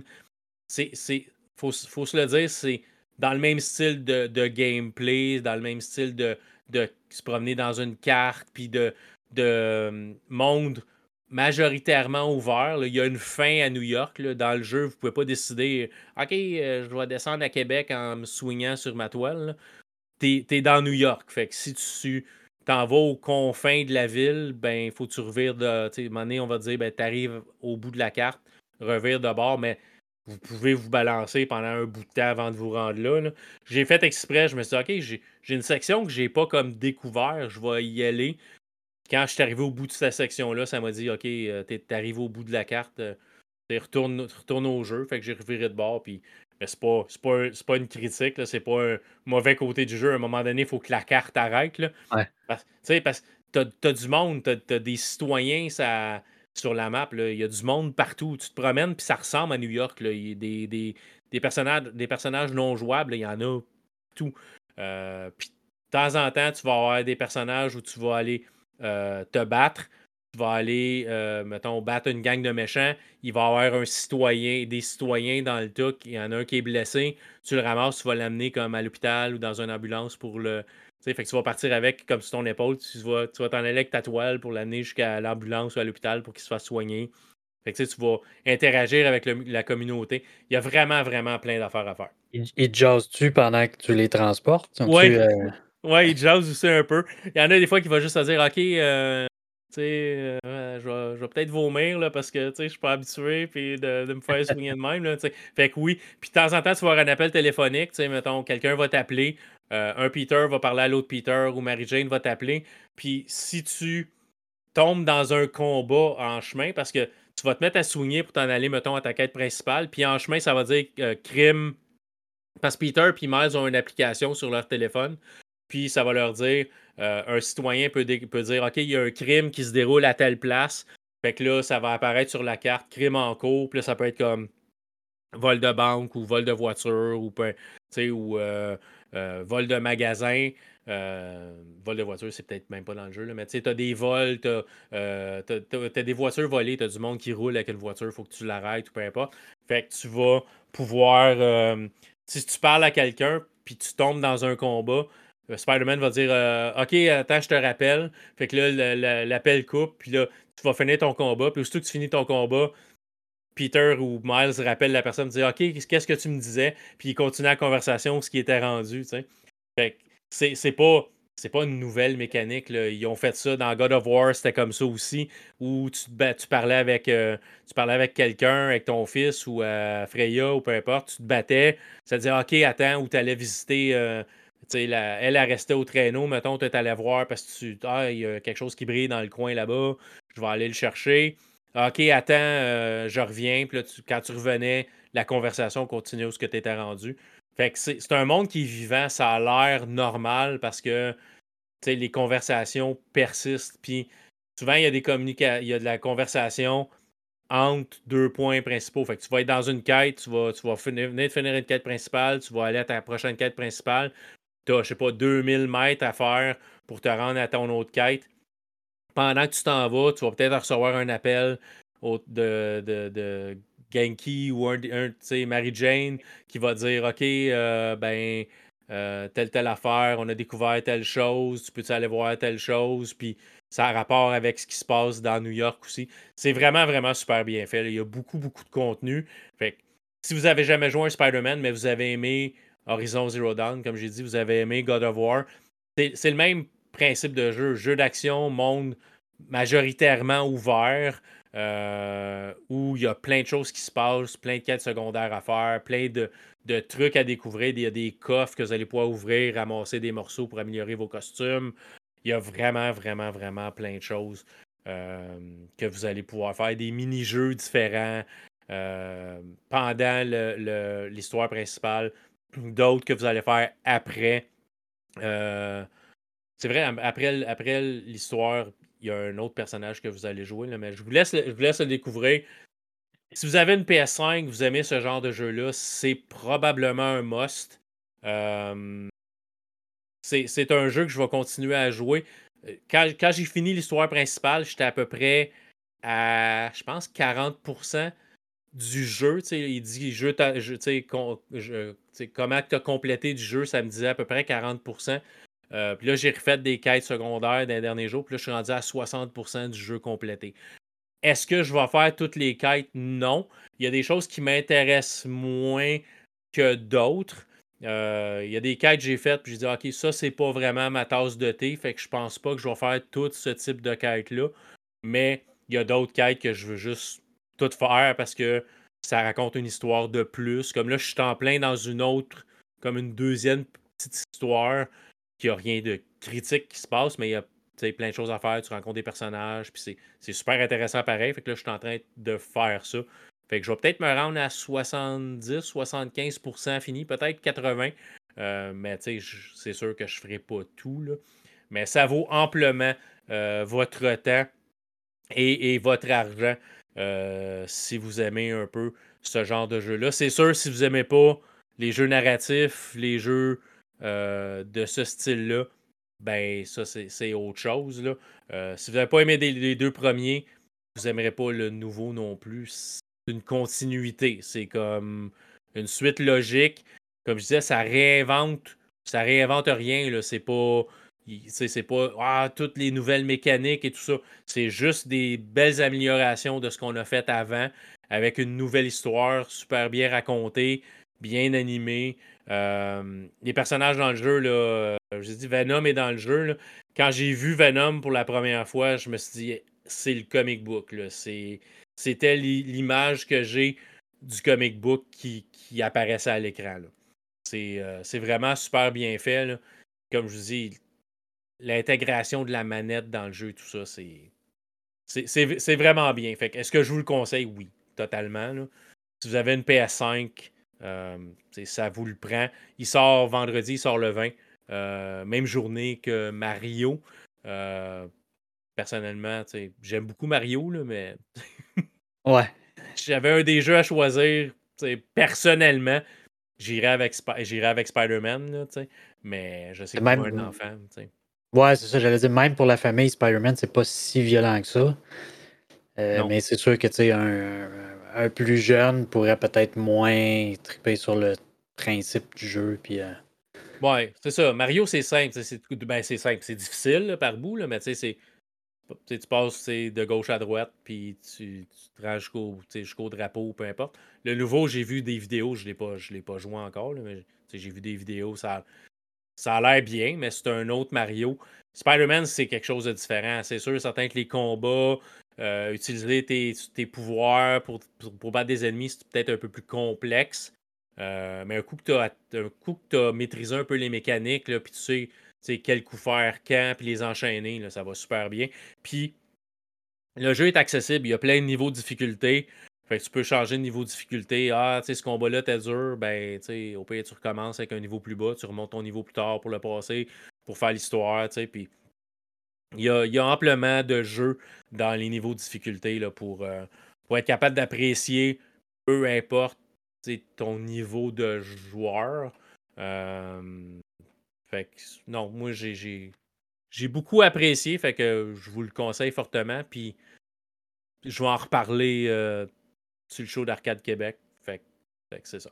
faut se le dire, c'est dans le même style de gameplay, dans le même style de se promener dans une carte, puis de monde majoritairement ouvert. Là. Il y a une fin à New York. Là. Dans le jeu, vous ne pouvez pas décider, OK, je vais descendre à Québec en me swingant sur ma toile. Là. T'es dans New York. Fait que si tu t'en vas aux confins de la ville, ben, il faut que tu revires de. Tu sais, à un moment donné, on va dire, ben, t'arrives au bout de la carte, revire de bord, mais vous pouvez vous balancer pendant un bout de temps avant de vous rendre là. Là. J'ai fait exprès, je me suis dit, OK, j'ai une section que j'ai pas comme découvert, je vais y aller. Quand je suis arrivé au bout de cette section-là, ça m'a dit, OK, t'es arrivé au bout de la carte, retourne au jeu. Fait que j'ai reviré de bord, puis mais c'est pas une critique, là, c'est pas un mauvais côté du jeu. À un moment donné, il faut que la carte arrête. Là. Ouais. Parce que t'as du monde, t'as des citoyens sur la map. Là. Il y a du monde partout. Tu te promènes, puis ça ressemble à New York. Là. Il y a des personnages non jouables, là, il y en a tout. Puis de temps en temps, tu vas avoir des personnages où tu vas aller te battre. Tu vas aller, mettons, battre une gang de méchants. Il va y avoir des citoyens dans le tas. Il y en a un qui est blessé. Tu le ramasses, tu vas l'amener comme à l'hôpital ou dans une ambulance pour le. Fait que tu vas partir avec comme sur ton épaule. Tu vas t'en aller avec ta toile pour l'amener jusqu'à l'ambulance ou à l'hôpital pour qu'il se fasse soigner. Fait que tu vas interagir avec la communauté. Il y a vraiment, vraiment plein d'affaires à faire. Ils te jasent-tu pendant que tu les transportes? Oui, Sont-tu, ouais, il jase aussi un peu. Il y en a des fois qui va juste se dire OK, je vais peut-être vomir là, parce que je suis pas habitué puis de me faire soigner de même. Là, fait que oui. Puis de temps en temps, tu vas avoir un appel téléphonique. Mettons, quelqu'un va t'appeler. Un Peter va parler à l'autre Peter ou Mary-Jane va t'appeler. Puis si tu tombes dans un combat en chemin, parce que tu vas te mettre à soigner pour t'en aller, mettons, à ta quête principale. Puis en chemin, ça va dire crime. Parce que Peter et Miles ont une application sur leur téléphone. Puis ça va leur dire, un citoyen peut dire, OK, il y a un crime qui se déroule à telle place. Fait que là, ça va apparaître sur la carte, crime en cours. Puis là, ça peut être comme vol de banque ou vol de voiture ou vol de magasin. Vol de voiture, c'est peut-être même pas dans le jeu, là, mais tu sais, t'as des vols, t'as des voitures volées, t'as du monde qui roule avec une voiture, il faut que tu l'arrêtes ou peu importe. Fait que tu vas pouvoir. Si tu parles à quelqu'un, puis tu tombes dans un combat, Spider-Man va dire OK, attends, je te rappelle. Fait que là, l'appel coupe, puis là, tu vas finir ton combat, puis aussitôt que tu finis ton combat, Peter ou Miles rappelle la personne, dit OK, qu'est-ce que tu me disais? Puis il continue la conversation, ce qui était rendu, tu sais. Fait que c'est pas une nouvelle mécanique, là. Ils ont fait ça dans God of War, c'était comme ça aussi, où tu parlais avec quelqu'un, avec ton fils ou Freya ou peu importe, tu te battais, ça te disait OK, attends, où tu allais visiter. Tu sais, elle restait au traîneau, mettons, tu allais voir parce que il y a quelque chose qui brille dans le coin là-bas, je vais aller le chercher. OK, attends, je reviens. Puis là, quand tu revenais, la conversation continuait où ce que tu étais rendu. Fait que c'est un monde qui est vivant, ça a l'air normal parce que tu sais, les conversations persistent. Puis souvent, il y a de la conversation entre deux points principaux. Fait que tu vas être dans une quête, tu vas venir de finir une quête principale, tu vas aller à ta prochaine quête principale. Tu as, je sais pas, 2000 mètres à faire pour te rendre à ton autre quête. Pendant que tu t'en vas, tu vas peut-être recevoir un appel de Genki ou tu sais, Mary-Jane qui va dire OK, telle affaire, on a découvert telle chose, tu peux-tu aller voir telle chose, puis ça a rapport avec ce qui se passe dans New York aussi. C'est vraiment, vraiment super bien fait, là. Il y a beaucoup, beaucoup de contenu. Fait que, si vous avez jamais joué un Spider-Man, mais vous avez aimé Horizon Zero Dawn, comme j'ai dit, vous avez aimé God of War, c'est le même principe de jeu. Jeu d'action, monde majoritairement ouvert, où il y a plein de choses qui se passent, plein de quêtes secondaires à faire, plein de trucs à découvrir. Il y a des coffres que vous allez pouvoir ouvrir, ramasser des morceaux pour améliorer vos costumes. Il y a vraiment, vraiment, vraiment plein de choses que vous allez pouvoir faire. Des mini-jeux différents pendant l'histoire principale, d'autres que vous allez faire après. Euh, c'est vrai, après l'histoire, il y a un autre personnage que vous allez jouer, là, mais je vous laisse le découvrir. Si vous avez une PS5, vous aimez ce genre de jeu-là, c'est probablement un must. Euh, c'est un jeu que je vais continuer à jouer. Quand j'ai fini l'histoire principale, j'étais à peu près à, je pense, 40% du jeu. Tu sais, il dit tu sais, tu sais, comment tu as complété du jeu, ça me disait à peu près 40%. Puis là, j'ai refait des quêtes secondaires dans les derniers jours. Puis là, je suis rendu à 60% du jeu complété. Est-ce que je vais faire toutes les quêtes? Non. Il y a des choses qui m'intéressent moins que d'autres. Il y a des quêtes que j'ai faites, puis j'ai dit, OK, ça, c'est pas vraiment ma tasse de thé, fait que je pense pas que je vais faire tout ce type de quêtes-là. Mais il y a d'autres quêtes que je veux juste tout faire parce que ça raconte une histoire de plus. Comme là, je suis en plein dans une autre, comme une deuxième petite histoire qui a rien de critique qui se passe, mais il y a plein de choses à faire. Tu rencontres des personnages, puis c'est super intéressant pareil. Fait que là, je suis en train de faire ça. Fait que je vais peut-être me rendre à 70-75% fini, peut-être 80%. Mais tu sais, c'est sûr que je ne ferai pas tout, là. Mais ça vaut amplement votre temps et votre argent si vous aimez un peu ce genre de jeu-là. C'est sûr, si vous n'aimez pas les jeux narratifs, les jeux de ce style-là, ben ça, c'est autre chose, là. Si vous n'avez pas aimé les deux premiers, vous n'aimerez pas le nouveau non plus. C'est une continuité. C'est comme une suite logique. Comme je disais, ça réinvente rien, là. C'est pas toutes les nouvelles mécaniques et tout ça. C'est juste des belles améliorations de ce qu'on a fait avant, avec une nouvelle histoire super bien racontée, bien animée. Les personnages dans le jeu, là, j'ai dit Venom est dans le jeu, là. Quand j'ai vu Venom pour la première fois, je me suis dit, c'est le comic book, là. C'était l'image que j'ai du comic book qui apparaissait à l'écran, là. C'est vraiment super bien fait, là. Comme je vous dis, l'intégration de la manette dans le jeu, tout ça, c'est vraiment bien. Fait que, est-ce que je vous le conseille? Oui, totalement, là. Si vous avez une PS5, ça vous le prend. Il sort vendredi, il sort le 20. Même journée que Mario. Euh, Personnellement, j'aime beaucoup Mario, là, mais Ouais. j'avais un des jeux à choisir. Personnellement, j'irais avec Spider-Man. Là, Mais je sais que pour un Même, enfant, tu sais. ouais, c'est ça, j'allais dire, même pour la famille, Spider-Man, c'est pas si violent que ça. Non. Mais c'est sûr que, tu sais, un plus jeune pourrait peut-être moins triper sur le principe du jeu, puis... Ouais, c'est ça. Mario, c'est simple. C'est simple. C'est difficile là, par bout, là, mais tu sais, tu passes de gauche à droite, puis tu te rends jusqu'au drapeau, peu importe. Le nouveau, j'ai vu des vidéos, je l'ai pas joué encore, là, mais tu sais, j'ai vu des vidéos, ça a l'air bien, mais c'est un autre Mario. Spider-Man, c'est quelque chose de différent. C'est sûr, certain que les combats, utiliser tes pouvoirs pour battre des ennemis, c'est peut-être un peu plus complexe. Mais un coup que tu as maîtrisé un peu les mécaniques, là, puis tu sais quel coup faire quand, puis les enchaîner, là, ça va super bien. Puis le jeu est accessible, il y a plein de niveaux de difficulté. Fait que tu peux changer de niveau de difficulté. Ah, tu sais, ce combat-là t'es dur, ben, tu sais, au pire, tu recommences avec un niveau plus bas, tu remontes ton niveau plus tard pour le passer, pour faire l'histoire, tu sais. Puis il y a amplement de jeux dans les niveaux de difficulté là, pour être capable d'apprécier, peu importe tu sais, ton niveau de joueur. Euh, fait que, non, moi, j'ai beaucoup apprécié, fait que je vous le conseille fortement. Puis je vais en reparler sur le show d'Arcade Québec. Fait que c'est ça.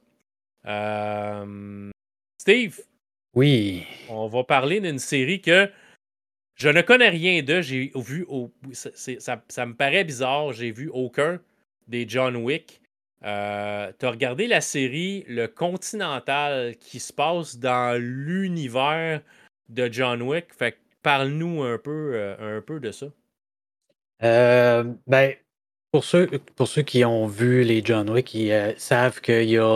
Steve, Oui. on va parler d'une série que je ne connais rien de. J'ai vu. Ça me paraît bizarre. J'ai vu aucun des John Wick. T'as regardé la série Le Continental qui se passe dans l'univers de John Wick. Fait que parle-nous un peu de ça. Ben, pour ceux qui ont vu les John Wick, ils savent qu'il y a,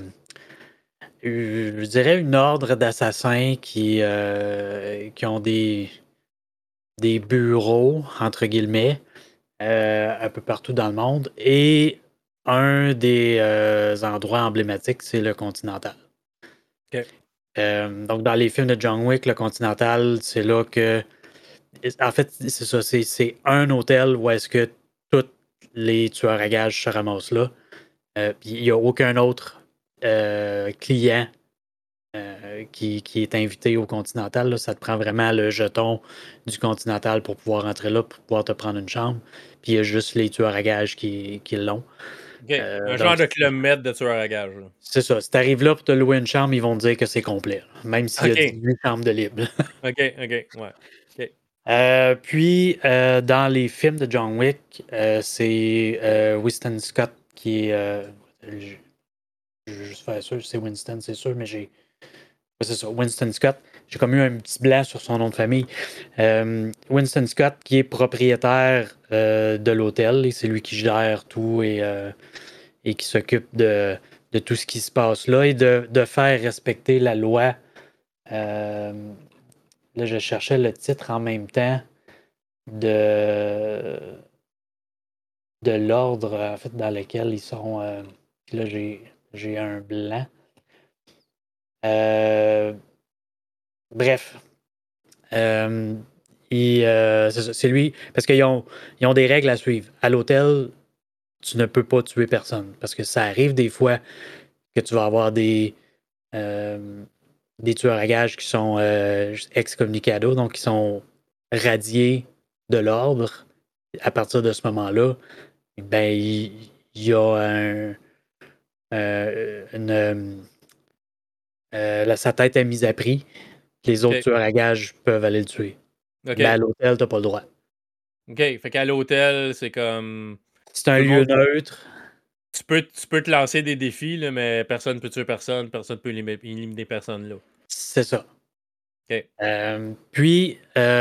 je dirais, une ordre d'assassins qui ont des bureaux, entre guillemets, un peu partout dans le monde. Et un des endroits emblématiques, c'est le Continental. OK. Donc, dans les films de John Wick, le Continental, c'est là que... En fait, c'est ça, c'est un hôtel où est-ce que tous les tueurs à gages se ramassent là. Puis il n'y a aucun autre client qui est invité au Continental. Là. Ça te prend vraiment le jeton du Continental pour pouvoir entrer là, pour pouvoir te prendre une chambre. Puis il y a juste les tueurs à gages qui l'ont. OK. Un genre Donc, de Club Med de tueur à gage. Là. c'est ça. Si tu arrives là pour te louer une chambre, ils vont te dire que c'est complet. Là, même s'il y a OK. 18 chambres de libre. OK. OK. Ouais. OK. Puis, dans les films de John Wick, c'est Winston Scott qui est. Je veux juste faire sûr, c'est Winston, c'est sûr, mais j'ai. C'est ça, Winston Scott. J'ai comme eu un petit blanc sur son nom de famille. Winston Scott, qui est propriétaire de l'hôtel, et c'est lui qui gère tout et qui s'occupe de tout ce qui se passe là et de faire respecter la loi. Euh, Là, je cherchais le titre en même temps de, de l'ordre en fait, dans lequel ils sont. Puis là, j'ai un blanc. Euh, Bref. Euh, c'est ça, c'est lui. Parce ils ont des règles à suivre. À l'hôtel, tu ne peux pas tuer personne. Parce que ça arrive des fois que tu vas avoir euh, des tueurs à gages qui sont excommunicado, donc qui sont radiés de l'ordre. À partir de ce moment-là, ben, il y a sa tête est mise à prix. Les autres OK. tueurs à gages peuvent aller le tuer. Mais à OK. l'hôtel, t'as pas le droit. OK. Fait qu'à l'hôtel, c'est comme. C'est un Tout le lieu monde. neutre. Tu peux te lancer des défis, là, mais personne ne peut tuer personne. Personne ne peut éliminer personne là. C'est ça. OK. Puis,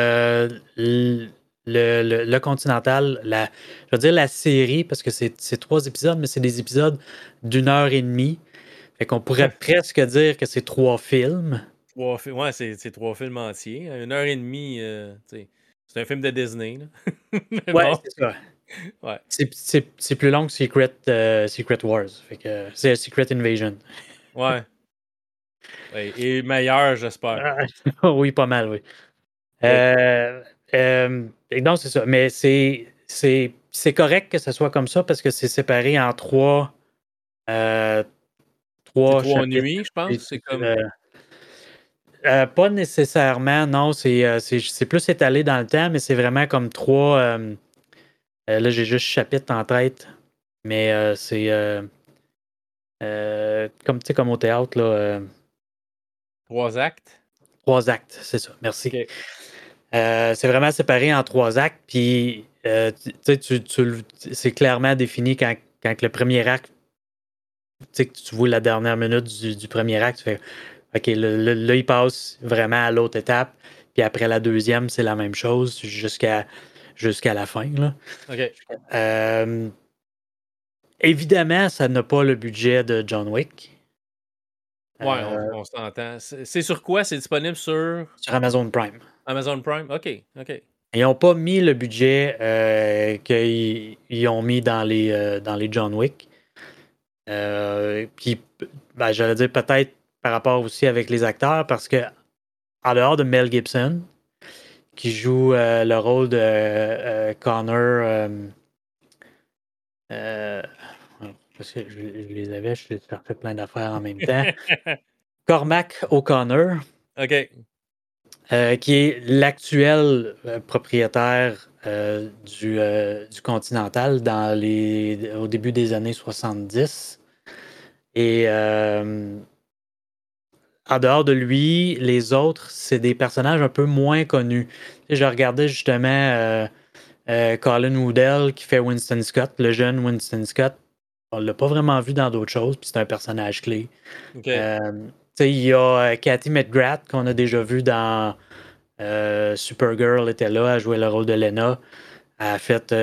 le Continental, je veux dire la série, parce que c'est 3 épisodes, mais c'est des épisodes d'1 heure et demie. Fait qu'on pourrait presque dire que c'est 3 films. Ouais, c'est 3 films entiers. 1 heure et demie, tu sais, c'est un film de Disney. Là. Mais Ouais, bon, c'est ça. ouais. C'est plus long que Secret Wars. Fait que c'est Secret Invasion. Ouais. Ouais, et meilleur, j'espère. Ah, oui, pas mal, oui. OK. Et donc, c'est ça. Mais c'est correct que ce soit comme ça parce que c'est séparé en euh, C'est trois trop chapitres. ennuyé, je pense. C'est comme. Pas nécessairement, non. C'est plus étalé dans le temps, mais c'est vraiment comme trois. Là, j'ai juste chapitre en tête, mais c'est comme, tu sais, comme au théâtre, là, 3 actes. 3 actes, c'est ça. Merci. OK. C'est vraiment séparé en 3 actes, puis tu sais, c'est clairement défini quand le premier acte, tu sais, que tu vois la dernière minute du premier acte, tu fais OK, là, il passe vraiment à l'autre étape, puis après la deuxième, c'est la même chose jusqu'à la fin, là. OK. Euh, Évidemment, ça n'a pas le budget de John Wick. Ouais, euh, on s'entend. C'est sur quoi? C'est disponible sur sur Amazon Prime. Amazon Prime? OK, OK. Ils n'ont pas mis le budget qu'ils ont mis dans les John Wick. Puis, ben, j'allais dire peut-être par rapport aussi avec les acteurs, parce que en dehors de Mel Gibson, qui joue le rôle de Connor, euh, parce que je les avais, je fait plein d'affaires en même temps. Cormac O'Connor, OK. qui est l'actuel propriétaire du Continental au début des années 70. Et en dehors de lui, les autres, c'est des personnages un peu moins connus. Tu sais, je regardais justement Colin Woodell qui fait Winston Scott, le jeune Winston Scott. On l'a pas vraiment vu dans d'autres choses, puis c'est un personnage clé. OK. Tu sais, il y a Cathy McGrath qu'on a déjà vu dans Supergirl, était là, elle jouait le rôle de Lena. Elle a fait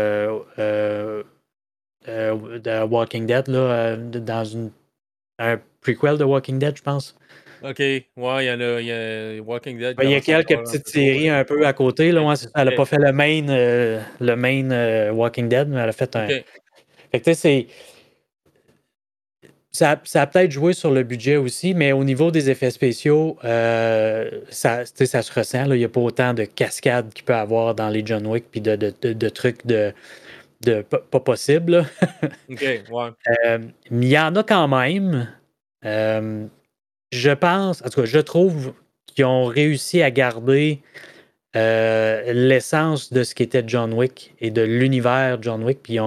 The Walking Dead là, dans un prequel de Walking Dead, je pense. OK. Ouais, il y a Walking Dead Il y a commence à quelques faire un petites peu trop, séries là. un peu à côté. Là, OK. ouais, c'est ça. Elle n'a pas OK. fait le main Walking Dead, mais elle a fait un. OK. Fait que, tu sais, ça a peut-être joué sur le budget aussi, mais au niveau des effets spéciaux, ça, tu sais, ça se ressent. Là. Il n'y a pas autant de cascades qu'il peut y avoir dans les John Wick puis de trucs pas possibles. Là. OK. Ouais. Mais il y en a quand même. Euh, je pense, en tout cas, je trouve qu'ils ont réussi à garder l'essence de ce qu'était John Wick et de l'univers John Wick. Puis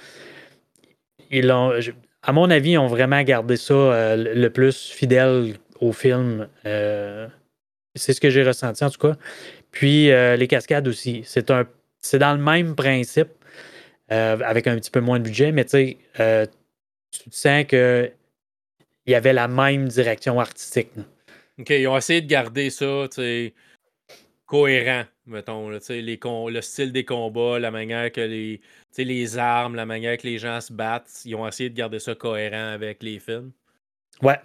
à mon avis, ils ont vraiment gardé ça le plus fidèle au film. C'est ce que j'ai ressenti en tout cas. Puis les cascades aussi. C'est dans le même principe, avec un petit peu moins de budget, mais tu sais, tu sens qu'il y avait la même direction artistique. Là. OK. Ils ont essayé de garder ça, tu sais, cohérent, mettons, là, tu sais, le style des combats, la manière que tu sais, les armes, la manière que les gens se battent. Ils ont essayé de garder ça cohérent avec les films. Ouais.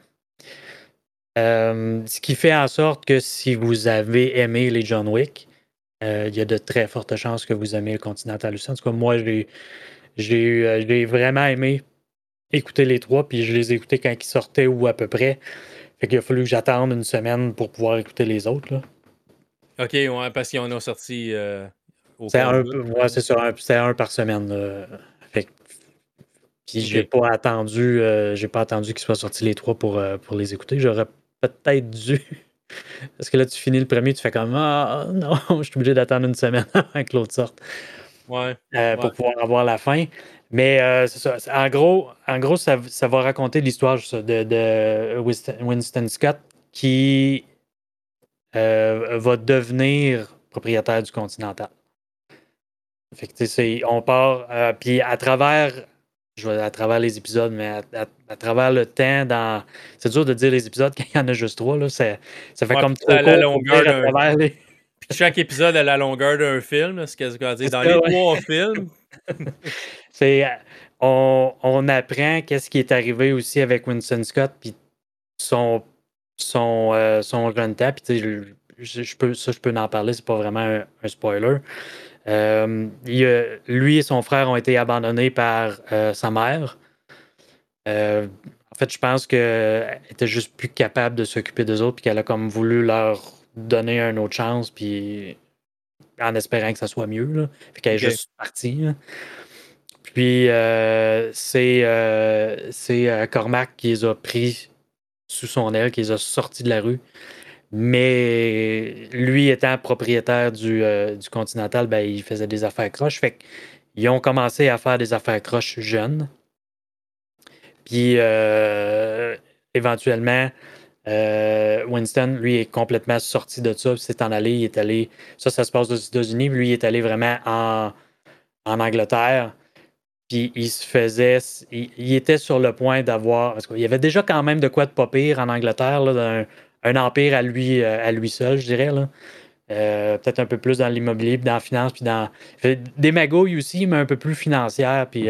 Ce qui fait en sorte que si vous avez aimé les John Wick, il y a de très fortes chances que vous aimez le Continental aussi. En tout cas, moi, j'ai vraiment aimé écouter les trois, puis je les ai écoutés quand ils sortaient ou à peu près. Fait qu'il a fallu que j'attende une semaine pour pouvoir écouter les autres. Là. OK, ouais, parce qu'ils en ont sorti au C'est compte-gouttes, ouais, là. c'est ça, c'était un par semaine. Là. Fait que- puis OK. j'ai pas attendu qu'ils soient sortis les trois pour les écouter. J'aurais peut-être dû. Parce que là, tu finis le premier, tu fais comme Ah non, je suis obligé d'attendre une semaine avant que l'autre sorte Ouais. Ouais. pour pouvoir avoir la fin. Mais c'est ça. En gros ça va raconter l'histoire de Winston Scott qui va devenir propriétaire du Continental. Fait que, tu sais, on part, puis à travers les épisodes, mais à travers le temps, c'est dur de dire les épisodes quand il y en a juste trois, là, ça fait Ouais, comme puis c'est trop à la court pour longueur dire à d'un travers les. puis chaque épisode a la longueur d'un film, là, c'est quasi qu'on dire C'est dans ça, les ouais. 3 films. C'est, on apprend qu'est-ce qui est arrivé aussi avec Winston Scott, puis son, son jeune temps, puis tu sais, je peux en parler, c'est pas vraiment un spoiler. Lui et son frère ont été abandonnés par sa mère. En fait, je pense qu'elle était juste plus capable de s'occuper d'eux autres, puis qu'elle a comme voulu leur donner une autre chance, puis en espérant que ça soit mieux. Là. Fait qu'elle est OK. juste partie. Là. Puis c'est Cormac qui les a pris sous son aile, qui les a sortis de la rue, Mais lui étant propriétaire du Continental, ben, il faisait des affaires croches. Fait qu'ils ont commencé à faire des affaires croches jeunes. Puis éventuellement, Winston, lui, est complètement sorti de ça. Puis s'est en allé. Il est allé. Ça se passe aux États-Unis. Lui, il est allé vraiment en Angleterre. Puis il se faisait. Il était sur le point d'avoir. Parce qu'il y avait déjà quand même de quoi de pas pire en Angleterre, là, un empire à lui seul, je dirais. Là. Peut-être un peu plus dans l'immobilier, puis dans la finance, puis dans. Des magouilles aussi, mais un peu plus financières, puis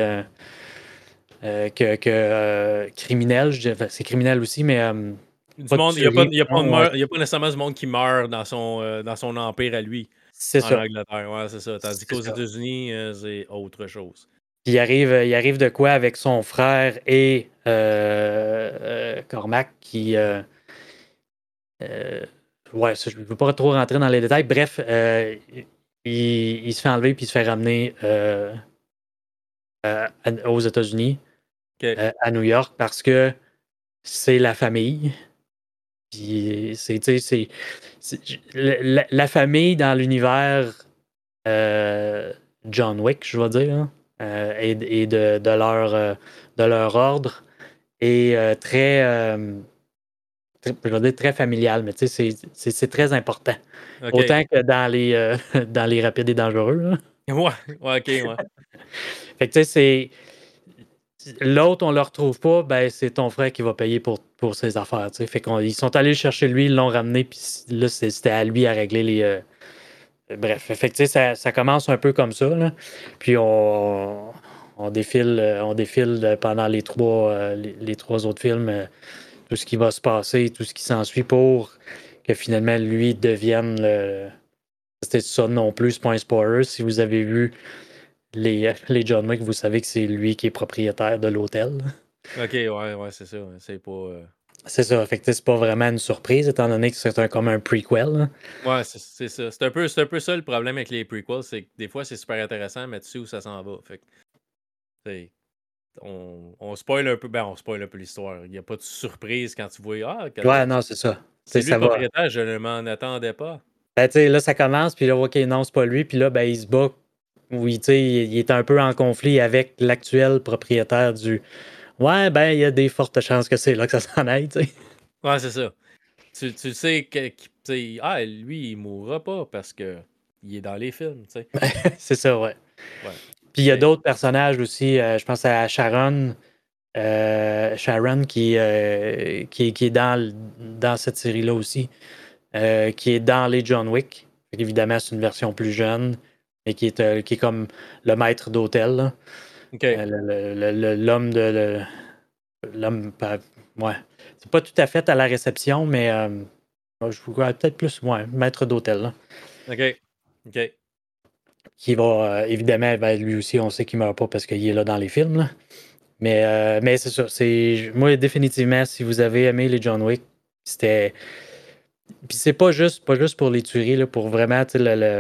que criminelles. C'est criminel aussi, mais Du pas de monde, il n'y a, tuerie. Ouais, il y a pas nécessairement du monde qui meurt dans son empire à lui, c'est en ça. Angleterre. Ouais, c'est ça. Tandis C'est qu'aux ça. États-Unis, c'est autre chose. Puis il arrive de quoi avec son frère et Cormac qui. Euh, ouais, ça, je ne veux pas trop rentrer dans les détails. Bref, il se fait enlever puis il se fait ramener aux États-Unis, OK. à New York, parce que c'est la famille. Puis c'est, tu sais, la famille dans l'univers John Wick, je vais dire, hein, et de leur ordre, est je vais dire très familial, mais tu sais, c'est très important. OK. Autant que dans dans les rapides et dangereux. Là. Ouais, ouais, OK, ouais. Fait que tu sais, l'autre, on le retrouve pas, ben c'est ton frère qui va payer pour ses affaires. Tu sais. Fait qu'ils sont allés le chercher lui, ils l'ont ramené, puis là, c'était à lui à régler les. Bref, fait que, tu sais, ça commence un peu comme ça. Là. Puis on défile pendant les trois autres films, tout ce qui va se passer, tout ce qui s'ensuit pour que finalement lui devienne le. C'était ça non plus, c'est pas un spoiler. Si vous avez vu les John Wick, vous savez que c'est lui qui est propriétaire de l'hôtel. OK, ouais, ouais, c'est ça. C'est pas. C'est ça. Fait que c'est pas vraiment une surprise, étant donné que c'est comme un prequel. Là. Ouais, c'est ça. C'est un peu ça le problème avec les prequels, c'est que des fois c'est super intéressant, mais tu sais où ça s'en va. Fait que, tu sais, on spoil un peu, ben on spoil un peu l'histoire. Il n'y a pas de surprise quand tu vois, ah, Ouais, non, c'est ça. c'est lui le Ça va. propriétaire, je ne m'en attendais pas. Ben, tu sais, là, ça commence, puis là, OK, non, c'est pas lui. Puis là, ben, il se bat. Oui, tu sais, il est un peu en conflit avec l'actuel propriétaire du. Ouais, ben, il y a des fortes chances que c'est là que ça s'en aille, tu sais. Ouais, c'est ça. Tu sais que, tu sais, ah, lui, il mourra pas parce que il est dans les films, tu sais. C'est ça, ouais. Ouais. Puis il y a Fait- d'autres personnages aussi. Je pense à Sharon. Sharon qui est dans cette série-là aussi, qui est dans les John Wick. Évidemment, c'est une version plus jeune, mais qui est comme le maître d'hôtel. Là. OK. L'homme de. L'homme. Ouais. C'est pas tout à fait à la réception, mais je vous crois peut-être plus, ouais, maître d'hôtel. Là, OK. OK. qui va, évidemment, ben, lui aussi, on sait qu'il meurt pas parce qu'il est là dans les films. Là. Mais c'est ça. Moi, définitivement, si vous avez aimé les John Wick, c'était. Puis c'est pas juste pour les tueries, là, pour vraiment tu sais,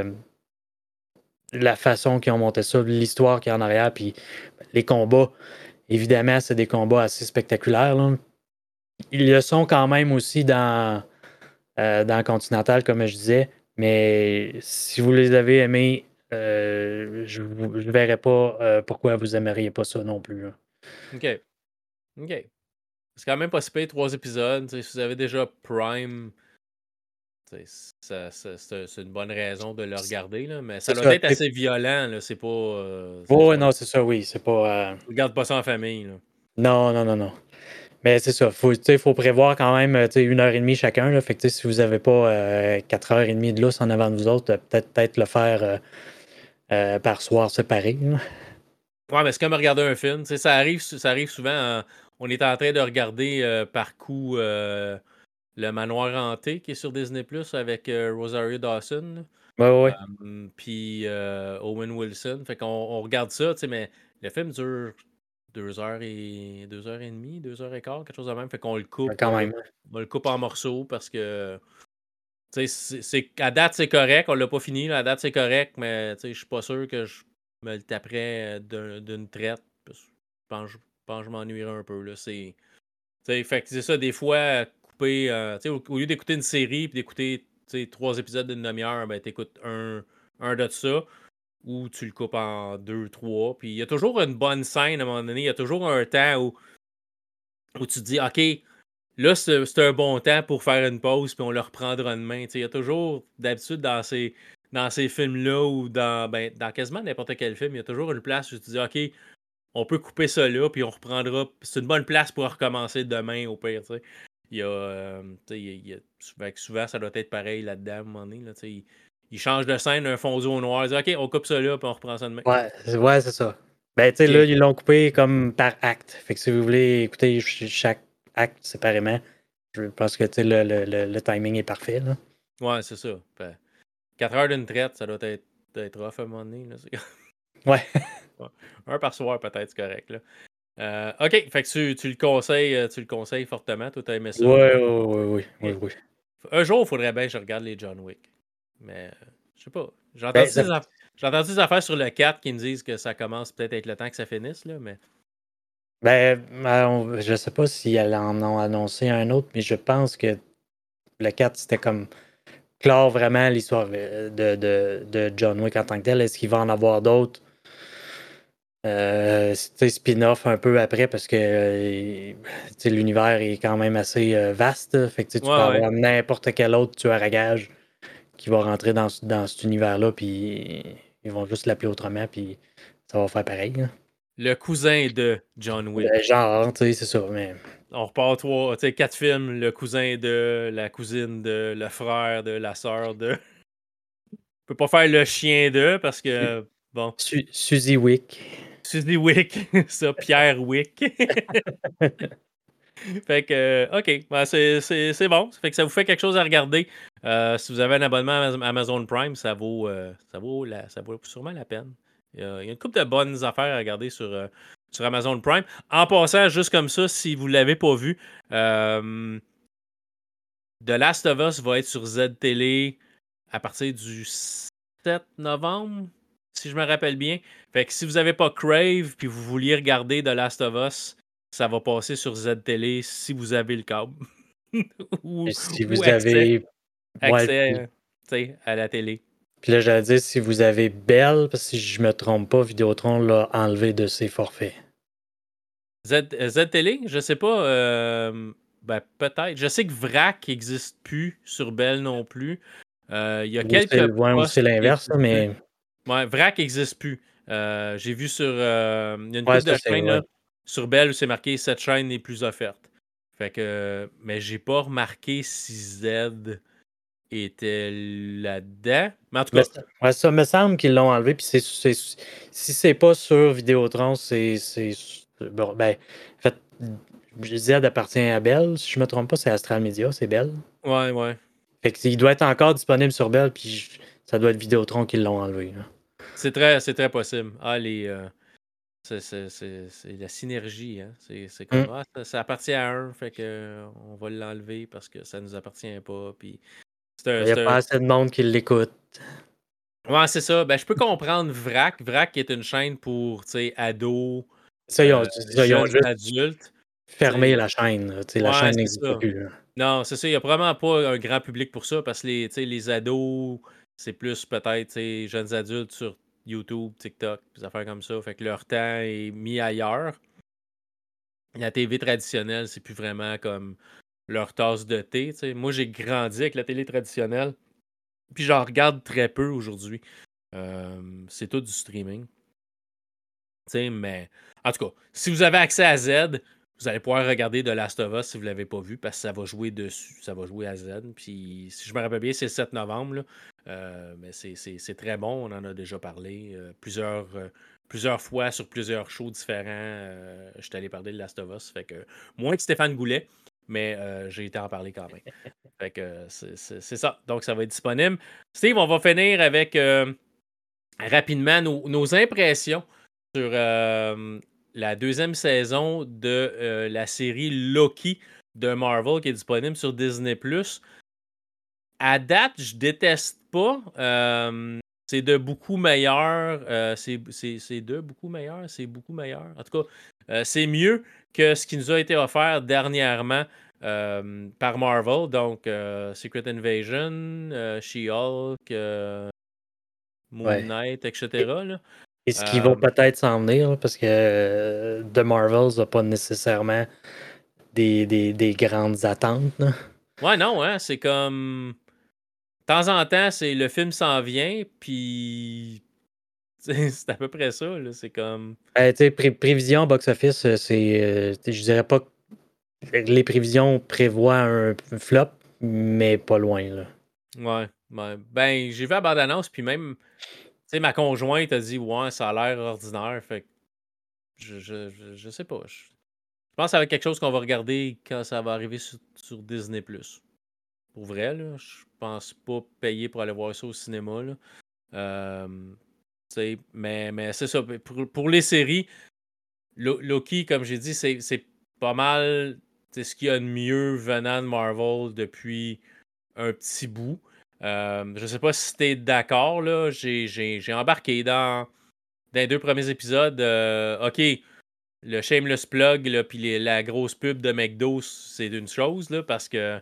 la façon qu'ils ont monté ça, l'histoire qu'il y a en arrière, puis les combats. Évidemment, c'est des combats assez spectaculaires. Là. Ils le sont quand même aussi dans Continental, comme je disais. Mais si vous les avez aimés, je ne verrais pas pourquoi vous aimeriez pas ça non plus. Là. OK. OK. C'est quand même pas si pire, 3 épisodes. Tu sais, si vous avez déjà Prime, tu sais, c'est une bonne raison de le regarder, là, mais ça C'est doit ça. être assez violent, là. C'est pas. Oui, non, c'est ça, oui. C'est pas. Regarde pas ça en famille, là. Non, non, non, non. Mais c'est ça. Faut prévoir quand même 1 heure et demie chacun. Là. Fait que, si vous n'avez pas 4 heures et demie de lousse en avant de vous autres, peut-être le faire par soir séparé. Là. Ouais, mais c'est comme regarder un film. Tu sais, ça arrive souvent. On est en train de regarder par coup Le Manoir Hanté qui est sur Disney Plus avec Rosario Dawson. Ouais, ouais, ouais. Puis Owen Wilson. Fait qu'on regarde ça, tu sais, mais le film dure 2 heures et demie, 2 heures et quart, quelque chose de même. Fait qu'on le Ouais, coupe, quand même. on le coupe en morceaux parce que tu sais, à date c'est correct, on l'a pas fini, là, à date c'est correct, mais tu sais, je suis pas sûr que je me le taperais d'une traite. Parce que je pense que je m'ennuierais un peu. Là. Tu sais, fait que c'est ça, des fois, couper, au lieu d'écouter une série puis d'écouter 3 épisodes d'une demi-heure, ben t'écoutes un de ça, ou tu le coupes en 2, 3. Puis il y a toujours une bonne scène à un moment donné. Il y a toujours un temps où tu te dis, OK, là, c'est un bon temps pour faire une pause, puis on le reprendra demain. Il y a toujours, d'habitude, dans ces films-là, ou dans quasiment n'importe quel film, il y a toujours une place où tu te dis, OK, on peut couper ça là, puis on reprendra. C'est une bonne place pour recommencer demain, au pire. T'sais. Il y a, souvent, ça doit être pareil là-dedans, à un moment donné. Là, il change de scène, un fond au noir. Il dit, OK, on coupe ça là, puis on reprend ça demain. Ouais, c'est ça. Ben, tu sais, là, ils l'ont coupé comme par acte. Fait que si vous voulez écouter chaque acte séparément, je pense que le timing est parfait. Là. Ouais, c'est ça. 4 heures d'une traite, ça doit être rough à un moment donné. Là. Ouais. Un par soir, peut-être, c'est correct. Là. OK, fait que tu le conseilles fortement. Toi, t'as aimé ça. Oui. Un jour, il faudrait bien que je regarde les John Wick. Mais je sais pas. J'ai Ben, entendu des affaires sur le 4 qui me disent que ça commence peut-être avec le temps que ça finisse, là, mais. Je sais pas si elles en ont annoncé un autre, mais je pense que le 4, c'était comme clore vraiment l'histoire de John Wick en tant que tel. Est-ce qu'il va en avoir d'autres? Spin-off un peu après parce que l'univers est quand même assez vaste. Fait que tu peux avoir n'importe quel autre tueur à gage qui va rentrer dans cet univers-là, puis ils vont juste l'appeler autrement, puis ça va faire pareil. Là. Le cousin de John Wick. Genre, c'est ça, mais. On repart 4 films, le cousin de, la cousine de, le frère de, la sœur de. On peut pas faire le chien de parce que bon. Suzy Wick. Suzy Wick, ça, Pierre Wick. Fait que, OK, ben, c'est bon. Fait que ça vous fait quelque chose à regarder. Si vous avez un abonnement à Amazon Prime, ça vaut sûrement la peine. Il y a une couple de bonnes affaires à regarder sur Amazon Prime. En passant, juste comme ça, si vous ne l'avez pas vu, The Last of Us va être sur Z-Télé à partir du 7 novembre, si je me rappelle bien. Fait que si vous n'avez pas Crave puis vous vouliez regarder The Last of Us, ça va passer sur Z-Télé si vous avez le câble. ou si ou vous avez. accès à la télé. Puis là, j'allais dire, si vous avez Bell, parce que si je me trompe pas, Vidéotron l'a enlevé de ses forfaits. Z-Télé, je sais pas. Peut-être. Je sais que VRAC n'existe plus sur Bell non plus. Il y a quelques postes c'est l'inverse, mais. Ouais, VRAC n'existe plus. J'ai vu sur. Il y a une couple de chaînes là, sur Bell où c'est marqué cette chaîne n'est plus offerte. Fait que. Mais j'ai pas remarqué si Z était là-dedans. Mais en tout cas. Ça me semble qu'ils l'ont enlevé. Puis si c'est pas sur Vidéotron, c'est. Bon, ben. En fait, Z appartient à Bell. Si je me trompe pas, c'est Astral Media, c'est Bell. Ouais. Fait qu'il doit être encore disponible sur Bell, puis ça doit être Vidéotron qui l'ont enlevé. Là. C'est très possible. Ah, c'est la synergie. Hein? C'est comme ça appartient à un, fait que on va l'enlever parce que ça nous appartient pas. Puis Il n'y a pas assez de monde qui l'écoute. Ouais, c'est ça. Ben, je peux comprendre VRAC. VRAC qui est une chaîne pour ados, jeunes adultes. Fermer la chaîne. La chaîne n'existe plus. Là. Non, c'est ça. Il n'y a probablement pas un grand public pour ça parce que les ados, c'est plus peut-être jeunes adultes sur YouTube, TikTok, des affaires comme ça. Fait que leur temps est mis ailleurs. La TV traditionnelle, c'est plus vraiment comme leur tasse de thé. T'sais. Moi, j'ai grandi avec la télé traditionnelle. Puis j'en regarde très peu aujourd'hui. C'est tout du streaming. Mais en tout cas, si vous avez accès à Z, vous allez pouvoir regarder The Last of Us si vous ne l'avez pas vu parce que ça va jouer dessus. Ça va jouer à Z. Puis si je me rappelle bien, c'est le 7 novembre. Là. Mais c'est très bon. On en a déjà parlé plusieurs fois sur plusieurs shows différents. Je suis allé parler de Last of Us. Fait que, moins que Stéphane Goulet, mais j'ai été en parler quand même. Fait que c'est ça. Donc ça va être disponible. Steve, on va finir avec rapidement nos impressions sur la deuxième saison de la série Loki de Marvel qui est disponible sur Disney+. À date, je déteste pas. C'est de beaucoup meilleur. C'est de beaucoup meilleur. C'est beaucoup meilleur. En tout cas, c'est mieux que ce qui nous a été offert dernièrement par Marvel, donc Secret Invasion, She-Hulk, Moon Ouais. Knight, etc. Là. Et ce qui va Euh, peut-être s'en venir, là, parce que The Marvels n'a pas nécessairement des grandes attentes. Là. ouais, non, hein, c'est comme... De temps en temps, c'est le film s'en vient, puis c'est à peu près ça. Là. C'est comme... Tu sais, prévision box-office, je dirais pas que les prévisions prévoient un flop, mais pas loin. Là. Ouais, ouais. Ben, j'ai vu la bande-annonce, puis même, tu sais, ma conjointe a dit, ouais, ça a l'air ordinaire, fait que je sais pas. Je pense que ça va être quelque chose qu'on va regarder quand ça va arriver sur Disney+. Pour vrai, là, je pense pas payer pour aller voir ça au cinéma, là. Tu sais, mais c'est ça. Pour les séries, Loki, comme j'ai dit, c'est pas mal ce qu'il y a de mieux venant de Marvel depuis un petit bout. Je sais pas si t'es d'accord, là. J'ai embarqué dans les 2 premiers épisodes. OK, le shameless plug, là, puis la grosse pub de McDo, c'est une chose, là, parce que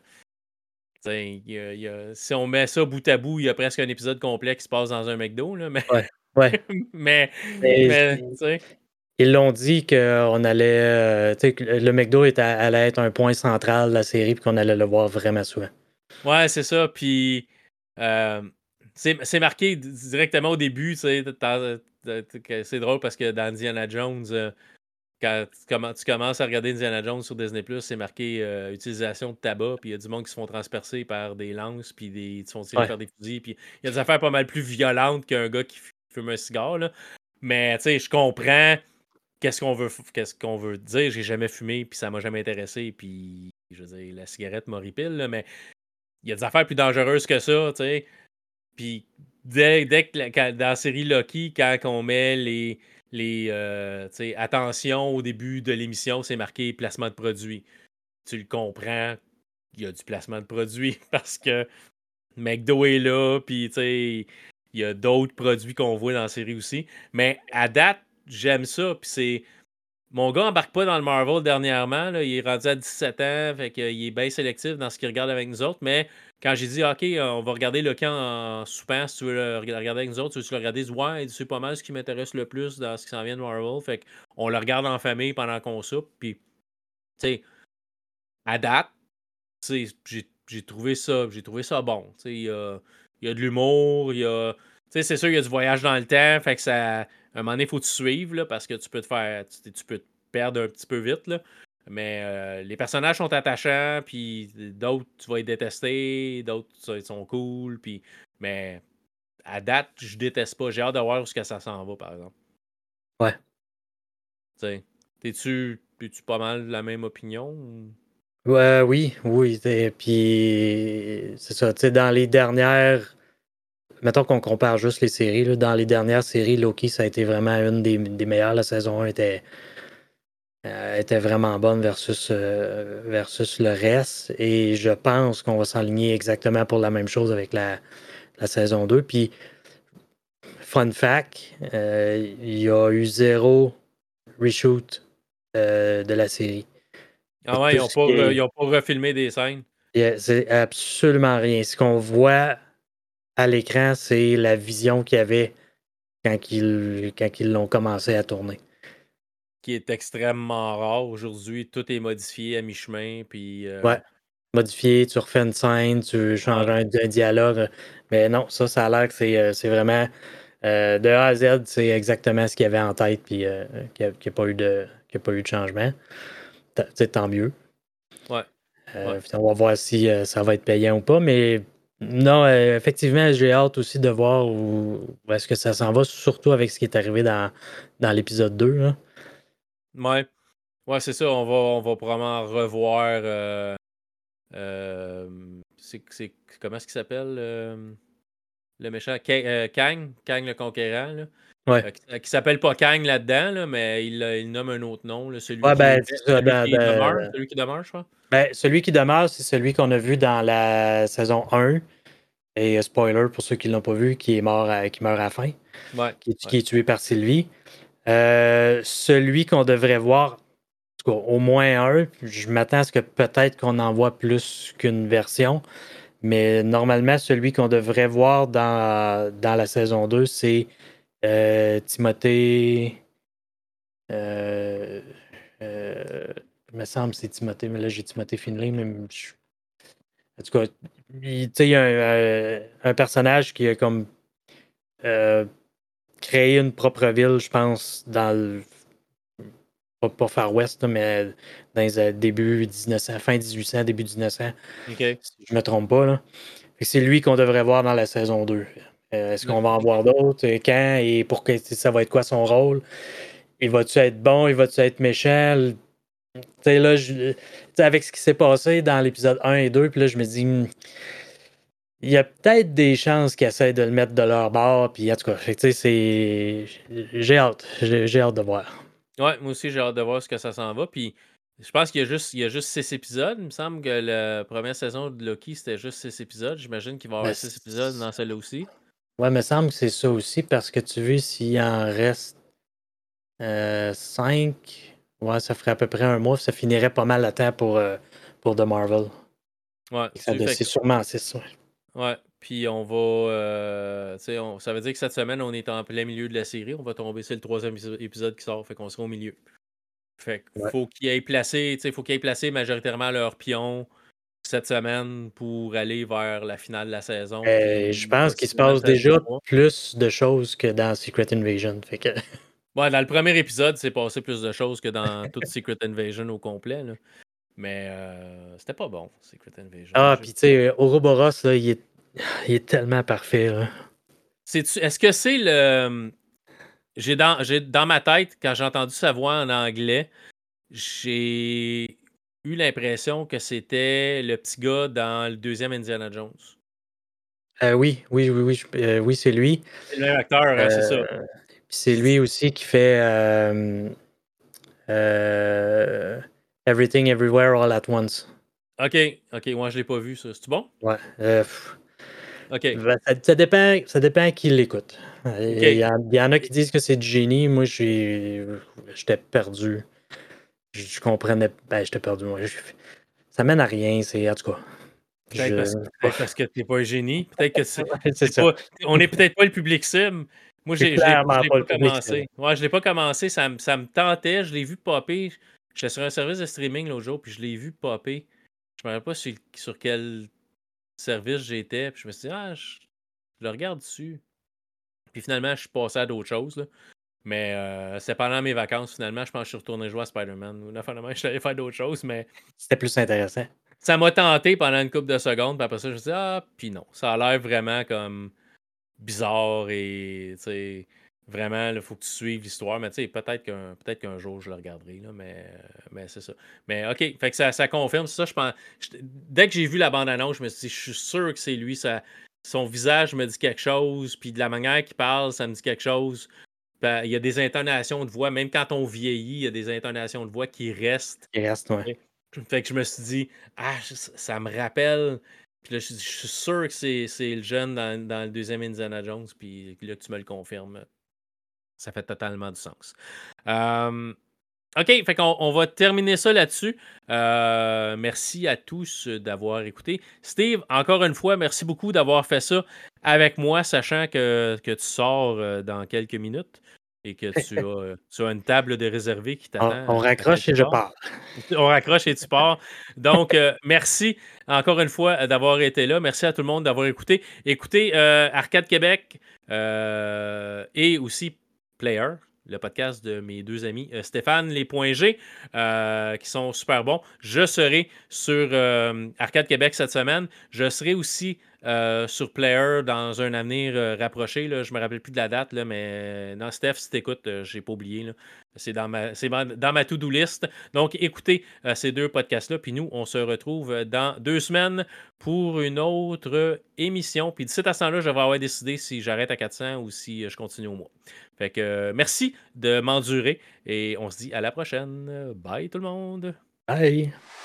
si on met ça bout à bout, il y a presque un épisode complet qui se passe dans un McDo, là, mais, Ouais, ouais. mais, Mais mais tu sais. ils l'ont dit qu'on allait. Tu sais, que le McDo allait être un point central de la série, puis qu'on allait le voir vraiment souvent. Ouais, c'est ça. Puis, c'est marqué directement au début. Tu sais, c'est drôle parce que dans Indiana Jones, quand tu commences à regarder Indiana Jones sur Disney+, c'est marqué utilisation de tabac. Puis il y a du monde qui se font transpercer par des lances, puis ils se font tirer Ouais. par des fusils. Puis il y a des affaires pas mal plus violentes qu'un gars qui fume un cigare. Là. Mais tu sais, je comprends qu'est-ce qu'on veut dire. J'ai jamais fumé, puis ça m'a jamais intéressé. Puis, je veux dire, la cigarette m'horripile, là, mais il y a des affaires plus dangereuses que ça, tu sais. Puis dès que dans la série Loki, quand on met tu sais, attention au début de l'émission, c'est marqué placement de produit. Tu le comprends, il y a du placement de produit parce que McDo est là, puis tu sais, il y a d'autres produits qu'on voit dans la série aussi. Mais à date, j'aime ça, puis c'est mon gars embarque pas dans le Marvel dernièrement. Là. Il est rendu à 17 ans, fait qu'il est bien sélectif dans ce qu'il regarde avec nous autres. Mais quand j'ai dit, OK, on va regarder le camp en soupant, si tu veux le regarder avec nous autres, tu veux le regarder, il dit, ouais, c'est pas mal ce qui m'intéresse le plus dans ce qui s'en vient de Marvel. Fait qu'on le regarde en famille pendant qu'on soupe. Puis, tu sais, à date, tu sais, j'ai trouvé ça bon. Tu sais, il y a de l'humour, il y a. Tu sais, c'est sûr, il y a du voyage dans le temps, fait que ça. À un moment donné, il faut te suivre, là, parce que tu peux te faire. Tu peux te perdre un petit peu vite, là. Mais les personnages sont attachants, puis d'autres, tu vas les détester, d'autres, ils sont cool, puis. Mais à date, je déteste pas. J'ai hâte de voir où ce que ça s'en va, par exemple. Ouais. Tu sais, t'es-tu pas mal de la même opinion? Ouais, oui, oui. Puis, c'est ça. Tu sais, dans les dernières. Mettons qu'on compare juste les séries. Là, dans les dernières séries, Loki, ça a été vraiment une des meilleures. La saison 1 était vraiment bonne versus le reste. Et je pense qu'on va s'enligner exactement pour la même chose avec la saison 2. Puis, fun fact, il y a eu 0 reshoot de la série. Fait Ah que ouais, tout ce qui est. ils ont pas refilmé des scènes. C'est absolument rien. Ce qu'on voit à l'écran, c'est la vision qu'il y avait quand ils l'ont commencé à tourner. Qui est extrêmement rare aujourd'hui. Tout est modifié à mi-chemin. Puis, Ouais. Modifier, tu refais une scène, tu changes ouais, un dialogue. Mais non, ça a l'air que c'est vraiment de A à Z, c'est exactement ce qu'il y avait en tête, puis qu'il n'y a pas eu de changement. Tu sais, tant mieux. ouais, ouais. On va voir si ça va être payant ou pas. Mais non, effectivement, j'ai hâte aussi de voir où est-ce que ça s'en va, surtout avec ce qui est arrivé dans l'épisode 2. Là. Ouais, ouais, c'est ça. On va probablement revoir. Euh, comment est-ce qu'il s'appelle le méchant Kang le Conquérant. Là. Ouais. Qui s'appelle pas Kang là-dedans, là, mais il nomme un autre nom. Là, Ouais, ben, c'est ça. Celui qui demeure, je crois. Ben, celui qui demeure, c'est celui qu'on a vu dans la saison 1. Et spoiler pour ceux qui ne l'ont pas vu, qui est mort qui meurt à la fin, Ouais, qui ouais. est tué par Sylvie. Celui qu'on devrait voir, tout cas, au moins un. Je m'attends à ce que peut-être qu'on en voit plus qu'une version. Mais normalement, celui qu'on devrait voir dans la saison 2, c'est Timothée. Euh, il me semble que c'est Timothée, mais là j'ai Timothée Finlay. En tout cas, tu sais, il y a un personnage qui a comme créé une propre ville, je pense, dans le. Pas Far West, là, mais dans les début 1900, fin 1800, début 1900, OK. si je me trompe pas. Là. Fait que c'est lui qu'on devrait voir dans la saison 2. Est-ce qu'on va en voir d'autres? Quand et pour que ça va être quoi son rôle? Il va-tu être bon? Il va-tu être méchant? Tu sais, là, avec ce qui s'est passé dans l'épisode 1 et 2, puis là, je me dis, il y a peut-être des chances qu'ils essaient de le mettre de leur bord, puis en tout cas, fait que, tu sais, j'ai hâte. J'ai hâte de voir. Ouais, moi aussi, j'ai hâte de voir ce que ça s'en va. Puis je pense qu'il y a juste 6 épisodes. Il me semble que la première saison de Loki, c'était juste 6 épisodes. J'imagine qu'il va y Mais avoir 6 épisodes dans celle-là aussi. ouais, me semble que c'est ça aussi, parce que tu vois, s'il en reste 5, ouais, ça ferait à peu près un mois, ça finirait pas mal à temps pour The Marvel. Ouais, fait C'est sûrement 6, ouais. ouais. Puis on va. Tu sais, ça veut dire que cette semaine, on est en plein milieu de la série. On va tomber sur le troisième épisode qui sort. Fait qu'on sera au milieu. Fait qu'il Ouais. faut qu'ils aient placé, tu sais, faut qu'ils aient placé majoritairement leurs pions cette semaine pour aller vers la finale de la saison. Je Puis pense qu'il se possiblement passe saison déjà 3. plus de choses que dans Secret Invasion. Fait que... Ouais, dans le premier épisode, c'est passé plus de choses que dans toute Secret Invasion au complet. Là. Mais c'était pas bon, Secret Invasion. Ah, puis tu sais, Ouroboros, là, il est tellement parfait. Là. Est-ce que c'est le. Dans ma tête, quand j'ai entendu sa voix en anglais, j'ai eu l'impression que c'était le petit gars dans le deuxième Indiana Jones. Oui, c'est lui. C'est le même acteur, hein, c'est ça. Puis c'est lui aussi qui fait euh, Everything Everywhere All at Once. OK, OK, moi je l'ai pas vu, ça. C'est-tu bon? Ouais. OK, Ben, ça dépend qui l'écoute. OK. Il y en a qui disent que c'est du génie. Moi, j'étais perdu. Je comprenais. Ben, j'étais perdu. Moi. Ça mène à rien. En tout cas. Je... Peut-être parce que t'es pas un génie. Peut-être que c'est c'est ça. pas. On est peut-être pas le public cible. Moi, C'est je clairement l'ai pas le pas public. commencé. Ouais, je l'ai pas commencé. Ça me tentait. Je l'ai vu popper. J'étais sur un service de streaming l'autre jour, puis je l'ai vu popper. Je me rappelle pas sur quel service j'étais. Puis je me suis dit, je le regarde dessus. Puis finalement, je suis passé à d'autres choses. Là. Mais c'est pendant mes vacances, finalement. Je pense que je suis retourné jouer à Spider-Man. Ou finalement, je suis allé faire d'autres choses, mais. C'était plus intéressant. Ça m'a tenté pendant une couple de secondes, puis après ça, je me suis dit, puis non. Ça a l'air vraiment comme bizarre et, tu sais, vraiment, il faut que tu suives l'histoire. Mais, tu sais, peut-être qu'un jour, je le regarderai, là, mais c'est ça. Mais, OK, fait que ça confirme. C'est ça, je pense. Dès que j'ai vu la bande-annonce, je me suis dit, je suis sûr que c'est lui. Son visage me dit quelque chose, puis de la manière qu'il parle, ça me dit quelque chose. Il y a des intonations de voix, même quand on vieillit, il y a des intonations de voix qui restent. Il reste, ouais. Fait que je me suis dit, ça me rappelle. Puis là, je suis sûr que c'est le jeune dans le deuxième Indiana Jones. Puis là, tu me le confirmes. Ça fait totalement du sens. OK, fait qu'on on va terminer ça là-dessus. Merci à tous d'avoir écouté. Steve, encore une fois, merci beaucoup d'avoir fait ça avec moi, sachant que tu sors dans quelques minutes et que tu as une table de réservé qui t'attend On à quelque raccroche et je part. pars. On raccroche et tu pars. Donc, merci encore une fois d'avoir été là. Merci à tout le monde d'avoir écouté. Écoutez Arcade Québec et aussi Player, le podcast de mes deux amis Stéphane Les Points G, qui sont super bons. Je serai sur Arcade Québec cette semaine. Je serai aussi sur Player dans un avenir rapproché. Là. Je ne me rappelle plus de la date, là, mais non, Steph, si t'écoutes, je n'ai pas oublié. Là. C'est dans ma to-do list. Donc, écoutez ces deux podcasts-là. Puis nous, on se retrouve dans 2 semaines pour une autre émission. Puis d'ici à ce temps-là, je vais avoir décidé si j'arrête à 400 ou si je continue au mois. Fait que merci de m'endurer et on se dit à la prochaine. Bye tout le monde! Bye!